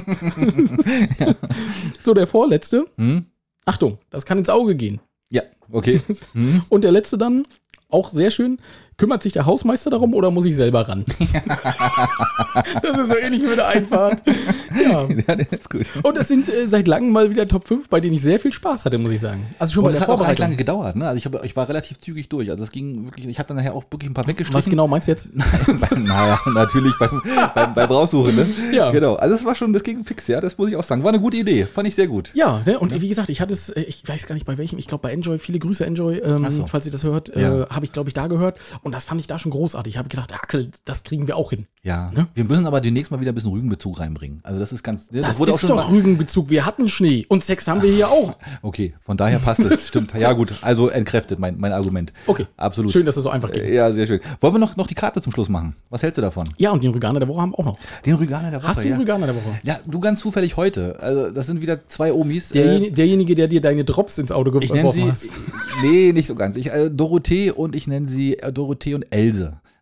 So, der vorletzte. Hm? Achtung, das kann ins Auge gehen. Ja, okay. Hm? Und der letzte dann, auch sehr schön. Kümmert sich der Hausmeister darum oder muss ich selber ran? Das ist so ähnlich wie mit der Einfahrt. Ja. Ja, der ist gut. Und das sind äh, seit langem mal wieder Top fünf, bei denen ich sehr viel Spaß hatte, muss ich sagen. Also schon Und bei das der hat auch recht Vorbereitung. lange gedauert, ne? Also ich, hab, ich war relativ zügig durch. Also es ging wirklich, ich habe dann nachher auch wirklich ein paar weggestrichen. Was genau meinst du jetzt? Naja, natürlich beim, beim, beim Raussuchen, ne? Ja. Genau. Also das war schon, das ging fix, ja, das muss ich auch sagen. War eine gute Idee, fand ich sehr gut. Ja, ne? Und wie gesagt, ich hatte es, äh, ich weiß gar nicht bei welchem, ich glaube bei Enjoy, viele Grüße Enjoy, ähm, Ach so. falls ihr das hört, Ja. äh, habe ich glaube ich da gehört. Und das fand ich da schon großartig. Ich habe gedacht, Axel, das kriegen wir auch hin. Ja. Ne? Wir müssen aber demnächst mal wieder ein bisschen Rügenbezug reinbringen. Also das ist ganz. Das, wurde ist doch Rügenbezug. Wir hatten Schnee und Sex haben wir hier auch. Okay, von daher passt es. Stimmt. Ja, gut. Also entkräftet mein, mein Argument. Okay. Absolut. Schön, dass es so einfach geht. Äh, Ja, sehr schön. Wollen wir noch, noch die Karte zum Schluss machen? Was hältst du davon? Ja, und den Rüganer der Woche haben wir auch noch. Den Rüganer der Woche. Hast du den ja. Rüganer der Woche? Ja, du ganz zufällig heute. Also das sind wieder zwei Omis. Derjen derjenige, der dir deine Drops ins Auto ich nenne geworfen sie. hast. Nee, nicht so ganz. Ich, äh, Dorothee und ich nenne sie äh, Dorothee und Else.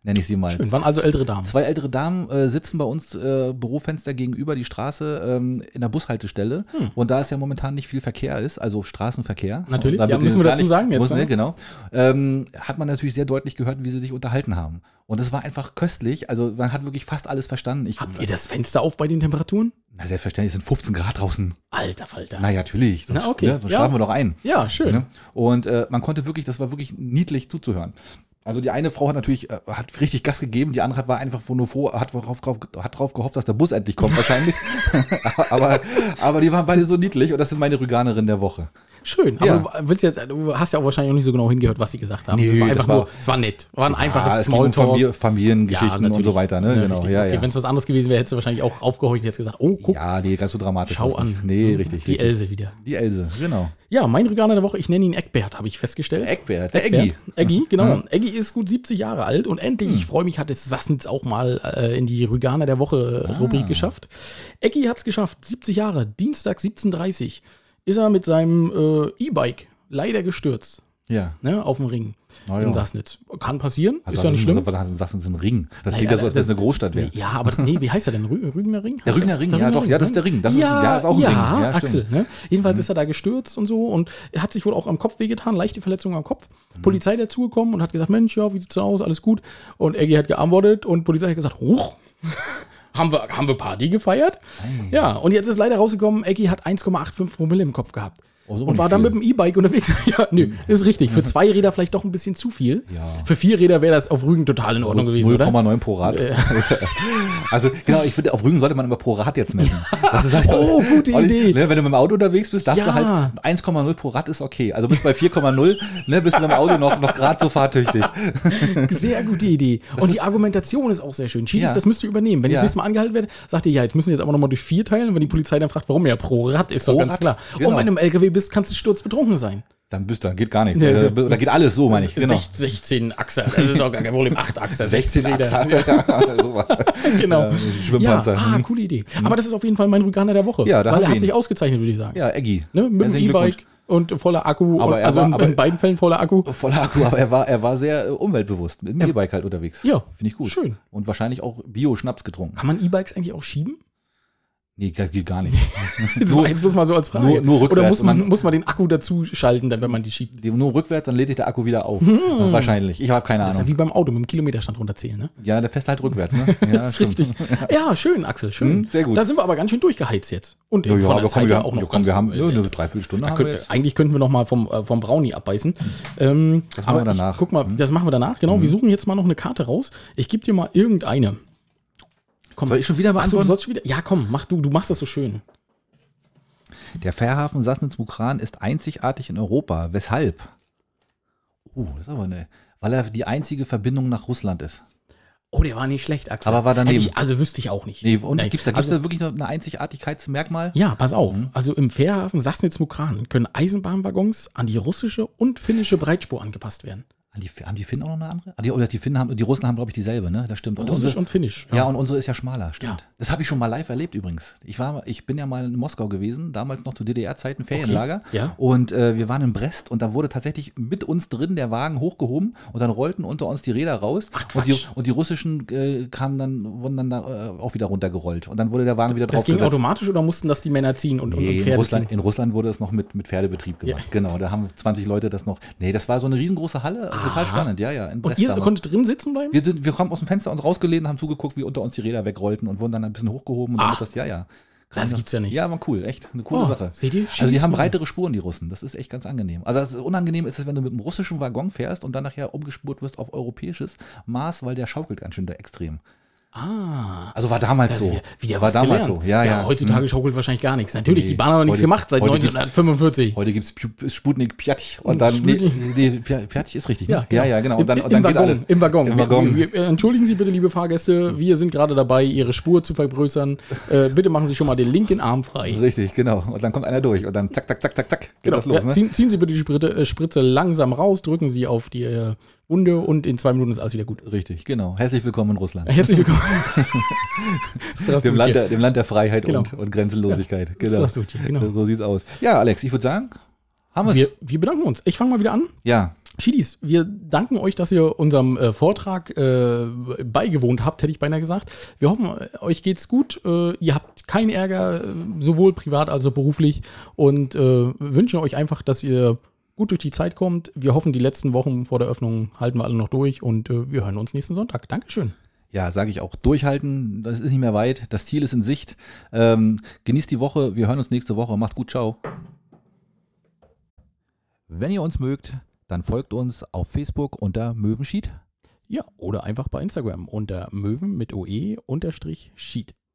nenne ich sie mal. Schön, waren also ältere Damen. Zwei ältere Damen äh, sitzen bei uns äh, Bürofenster gegenüber die Straße ähm, in der Bushaltestelle. Hm. Und da es ja momentan nicht viel Verkehr ist, also Straßenverkehr. Natürlich, ja, müssen wir dazu nicht, sagen jetzt. Muss, ne? ne, genau. Ähm, hat man natürlich sehr deutlich gehört, wie sie sich unterhalten haben. Und es war einfach köstlich. Also man hat wirklich fast alles verstanden. Ich, Habt ihr das Fenster auf bei den Temperaturen? Na, selbstverständlich, es sind fünfzehn Grad draußen. Alter Falter. Na ja, natürlich. Sonst, Na, okay. ne, sonst Ja. schlafen wir doch ein. Ja, schön. Ne? Und äh, man konnte wirklich, das war wirklich niedlich zuzuhören. Also die eine Frau hat natürlich äh, hat richtig Gas gegeben, die andere war einfach nur froh, hat drauf, hat drauf gehofft, dass der Bus endlich kommt wahrscheinlich. aber, aber die waren beide so niedlich und das sind meine Rüganerinnen der Woche. Schön, aber Ja. du, willst jetzt, du hast ja auch wahrscheinlich auch nicht so genau hingehört, was sie gesagt haben. Nee, es war einfach das war- nur, es war nett. War ein einfaches es ging um Smalltalk. Familie, Familiengeschichten und natürlich. so weiter. Ne? Ja, Genau. richtig. Ja, okay, ja. wenn es was anderes gewesen wäre, hättest du wahrscheinlich auch aufgehorcht und jetzt gesagt, oh, guck, ja, nee, ganz so dramatisch. schau war's an. nicht. Nee, richtig. Die richtig. Else wieder. Die Else, genau. Ja, mein Rüganer der Woche, ich nenne ihn Eckbert, habe ich festgestellt. Eckbert, der Eggi. Eggi, genau. Ja. Eggi ist gut siebzig Jahre alt und endlich, ich freue mich, hat es Sassnitz auch mal äh, in die Rüganer der Woche Ah. Rubrik geschafft. Eggi hat es geschafft, siebzig Jahre, Dienstag siebzehn Uhr dreißig ist er mit seinem äh, E-Bike leider gestürzt, Ja. ne, auf dem Ring Na in ja. Sassnitz. Kann passieren, Also ist ja nicht schlimm. Was sagst du, das ist ein Ring? Das Naja, klingt ja so, als wenn es das- eine Großstadt wäre. Nee, ja, aber nee, wie heißt er denn? Rü Rügener Ring? Der Heißt Rügener er- Ring, der ja Rügener doch, ja, das ist der Ring. Das ist- ja, ja, ist auch ein ja, Ring. Ja, Axel. stimmt. Mhm. Ne? Jedenfalls ist er da gestürzt und so und er hat sich wohl auch am Kopf wehgetan, leichte Verletzung am Kopf. Mhm. Polizei dazugekommen und hat gesagt, Mensch, ja, wie sieht's aus, alles gut. Und Eggi hat geantwortet und Polizei hat gesagt, hoch, haben wir, haben wir Party gefeiert? Ja, und jetzt ist leider rausgekommen, Eggi hat eins Komma fünfundachtzig Promille im Kopf gehabt. Oh, ist aber Und nicht war dann viel. mit dem E-Bike unterwegs. Ja, nö, ist richtig. Für zwei Räder vielleicht doch ein bisschen zu viel. Ja. Für vier Räder wäre das auf Rügen total in Ordnung gewesen, null oder? Komma neun pro Rad. Also genau, ich finde, auf Rügen sollte man immer pro Rad jetzt messen. Das ist halt, Oh, gute Olli, Idee. Ne, wenn du mit dem Auto unterwegs bist, darfst Ja. du halt eins Komma null pro Rad ist okay. Also bis bei vier Komma null, ne, bist du mit dem Auto noch, noch gerade so fahrtüchtig. Sehr gute Idee. Und die ist- Argumentation ist auch sehr schön. Schiedis, Ja. das müsst ihr übernehmen. Wenn ich Ja. das nächste Mal angehalten werde, sagt ihr, ja, jetzt müssen wir jetzt aber nochmal durch vier teilen. Und wenn die Polizei dann fragt, warum, ja, pro Rad ist Pro doch ganz Rad, klar. genau. Und wenn du im L K W bist, kannst du sturzbetrunken sein. Dann bist du, geht gar nichts. Nee, Äh, so- Oder geht alles so, meine ich. Genau. Sech- sechzehn Achser, das ist auch gar kein Problem. acht Achser, sechzehn Räder. Achser. Ja, Ja, so war- genau. Ja, Ja, Schwimmpanzer. ah, Hm. coole Idee. Aber das ist auf jeden Fall mein Rüganer der Woche. Ja, da weil haben er wir hat sich ihn. ausgezeichnet, würde ich sagen. Ja, Eggi. Ne, mit dem Herzlichen Glückwunsch. E-Bike und voller Akku. Aber und, er also war- in, aber- in beiden Fällen voller Akku. Voller Akku, aber er war, er war sehr äh, umweltbewusst. Mit dem E-Bike halt unterwegs. Ja, Finde ich gut. schön. Und wahrscheinlich auch Bio-Schnaps getrunken. Kann man E-Bikes eigentlich auch schieben? Nee, das geht gar nicht. Jetzt Nur- war jetzt bloß mal so als Frage. nur- nur rückwärts. Oder muss man, Man- muss man den Akku dazu schalten, dann, wenn man die schiebt? Die- Nur rückwärts, dann lädt sich der Akku wieder auf. Wahrscheinlich. Ich habe keine Das ist ja Ahnung. wie beim Auto mit dem Kilometerstand runterzählen, ne? Ja, der fährt halt rückwärts, ne? Ja, Das ist stimmt. richtig. Ja, schön, Axel, schön. Hm, sehr gut. Da sind wir aber ganz schön durchgeheizt jetzt. Und Ja, von ja, der aber komm, Zeit wir ja haben, auch noch ja, komm, ganz- wir haben ja, äh, eine Dreiviertelstunde Da haben wir könnt, jetzt. eigentlich könnten wir noch mal vom, äh, vom Brownie abbeißen. Ähm, Das machen aber wir danach. Ich, guck mal, Hm. das machen wir danach. Genau, wir suchen jetzt mal noch eine Karte raus. Ich gebe dir mal irgendeine. Komm, Soll ich schon wieder Ach so, du beantworten? sollst schon wieder? Ja, komm, mach du. Du machst das so schön. Der Fährhafen Sassnitz-Mukran ist einzigartig in Europa. Weshalb? Oh, das ist aber eine. Weil er die einzige Verbindung nach Russland ist. Oh, der war nicht schlecht, Axel. Aber war daneben. Hätte ich, also wüsste ich auch nicht. Nee, und Nee. gibt's da, gibt's Also- da wirklich noch ein Einzigartigkeitsmerkmal? Ja, pass auf. Mhm. Also im Fährhafen Sassnitz-Mukran können Eisenbahnwaggons an die russische und finnische Breitspur angepasst werden. Haben die, haben die Finnen auch noch eine andere? Ah, die, oder die Finnen haben, die Russen haben, glaube ich, dieselbe, ne? Das stimmt. Und Russisch unsere, und finnisch. ja, und unsere ist ja schmaler, stimmt. Ja. Das habe ich schon mal live erlebt übrigens. Ich, war, ich bin ja mal in Moskau gewesen, damals noch zu D D R-Zeiten, Ferienlager. Okay. Ja. Und äh, wir waren in Brest und da wurde tatsächlich mit uns drin der Wagen hochgehoben und dann rollten unter uns die Räder raus. Ach, und, die, Quatsch. und die russischen äh, kamen dann, wurden dann da, äh, auch wieder runtergerollt. Und dann wurde der Wagen wieder Das ging draufgesetzt. automatisch oder mussten das die Männer ziehen und, und, Nee, und in, Pferde Russland, ziehen? in Russland wurde es noch mit, mit Pferdebetrieb gemacht. Ja. Genau, da haben zwanzig Leute das noch. Nee, das war so eine riesengroße Halle, total Aha. spannend. Ja, ja, in Und Brest ihr damals. konntet drin sitzen bleiben? Wir, sind, wir kamen aus dem Fenster uns rausgelehnt und haben zugeguckt, wie unter uns die Räder wegrollten und wurden dann ein bisschen hochgehoben. Und Ah. damit das, ja, ja. Das gibt's ja nicht. Ja, war cool, echt. Eine coole Oh, Sache. seht ihr? Also die haben Schießen. breitere Spuren, die Russen. Das ist echt ganz angenehm. Also das unangenehm ist es, wenn du mit einem russischen Waggon fährst und dann nachher umgespurt wirst auf europäisches Maß, weil der schaukelt ganz schön da extrem. Ah. Also war damals Das so. ist wieder, wieder war was damals gelernt. so. Ja, ja. Heutzutage Hm. schaukelt wahrscheinlich gar nichts. Natürlich, Nee. die Bahn haben aber nichts Heute- gemacht seit heute gibt's- neunzehnhundertfünfundvierzig. Heute gibt es Sputnik Pjatsch und dann. Nee, Sputnik. nee, Pja- Pjatsch ist richtig. Ne? Ja, genau. ja, ja, genau. Und dann, Im, und dann im, geht Waggon, alle. Im Waggon. Im Waggon. Wir, wir, entschuldigen Sie bitte, liebe Fahrgäste, wir sind gerade dabei, Ihre Spur zu vergrößern. Äh, bitte machen Sie schon mal den linken Arm frei. Richtig, genau. Und dann kommt einer durch und dann zack, zack, zack, zack, zack, geht Genau. das los. Ja, Ne? ziehen, ziehen Sie bitte die Spritze, äh, Spritze langsam raus, drücken Sie auf die äh, Wunde und in zwei Minuten ist alles wieder gut. Richtig, genau. Herzlich willkommen in Russland. Herzlich willkommen. Dem Land, der, dem Land der Freiheit Genau. und, und Grenzenlosigkeit. Ja, genau. Strasbourg, genau. So sieht's aus. Ja, Alex, ich würde sagen, haben wir's. Wir, wir bedanken uns. Ich fange mal wieder an. Ja, Schiedis, wir danken euch, dass ihr unserem äh, Vortrag äh, beigewohnt habt, hätte ich beinahe gesagt. Wir hoffen, euch geht's gut. Äh, ihr habt keinen Ärger, äh, sowohl privat als auch beruflich. Und äh, wünschen euch einfach, dass ihr gut durch die Zeit kommt. Wir hoffen, die letzten Wochen vor der Öffnung halten wir alle noch durch. Und äh, wir hören uns nächsten Sonntag. Dankeschön. Ja, sage ich auch, durchhalten, das ist nicht mehr weit. Das Ziel ist in Sicht. Ähm, genießt die Woche. Wir hören uns nächste Woche. Macht's gut. Ciao. Wenn ihr uns mögt, dann folgt uns auf Facebook unter Möwenschied. Ja, oder einfach bei Instagram unter Möwen mit O E unterstrich Schied.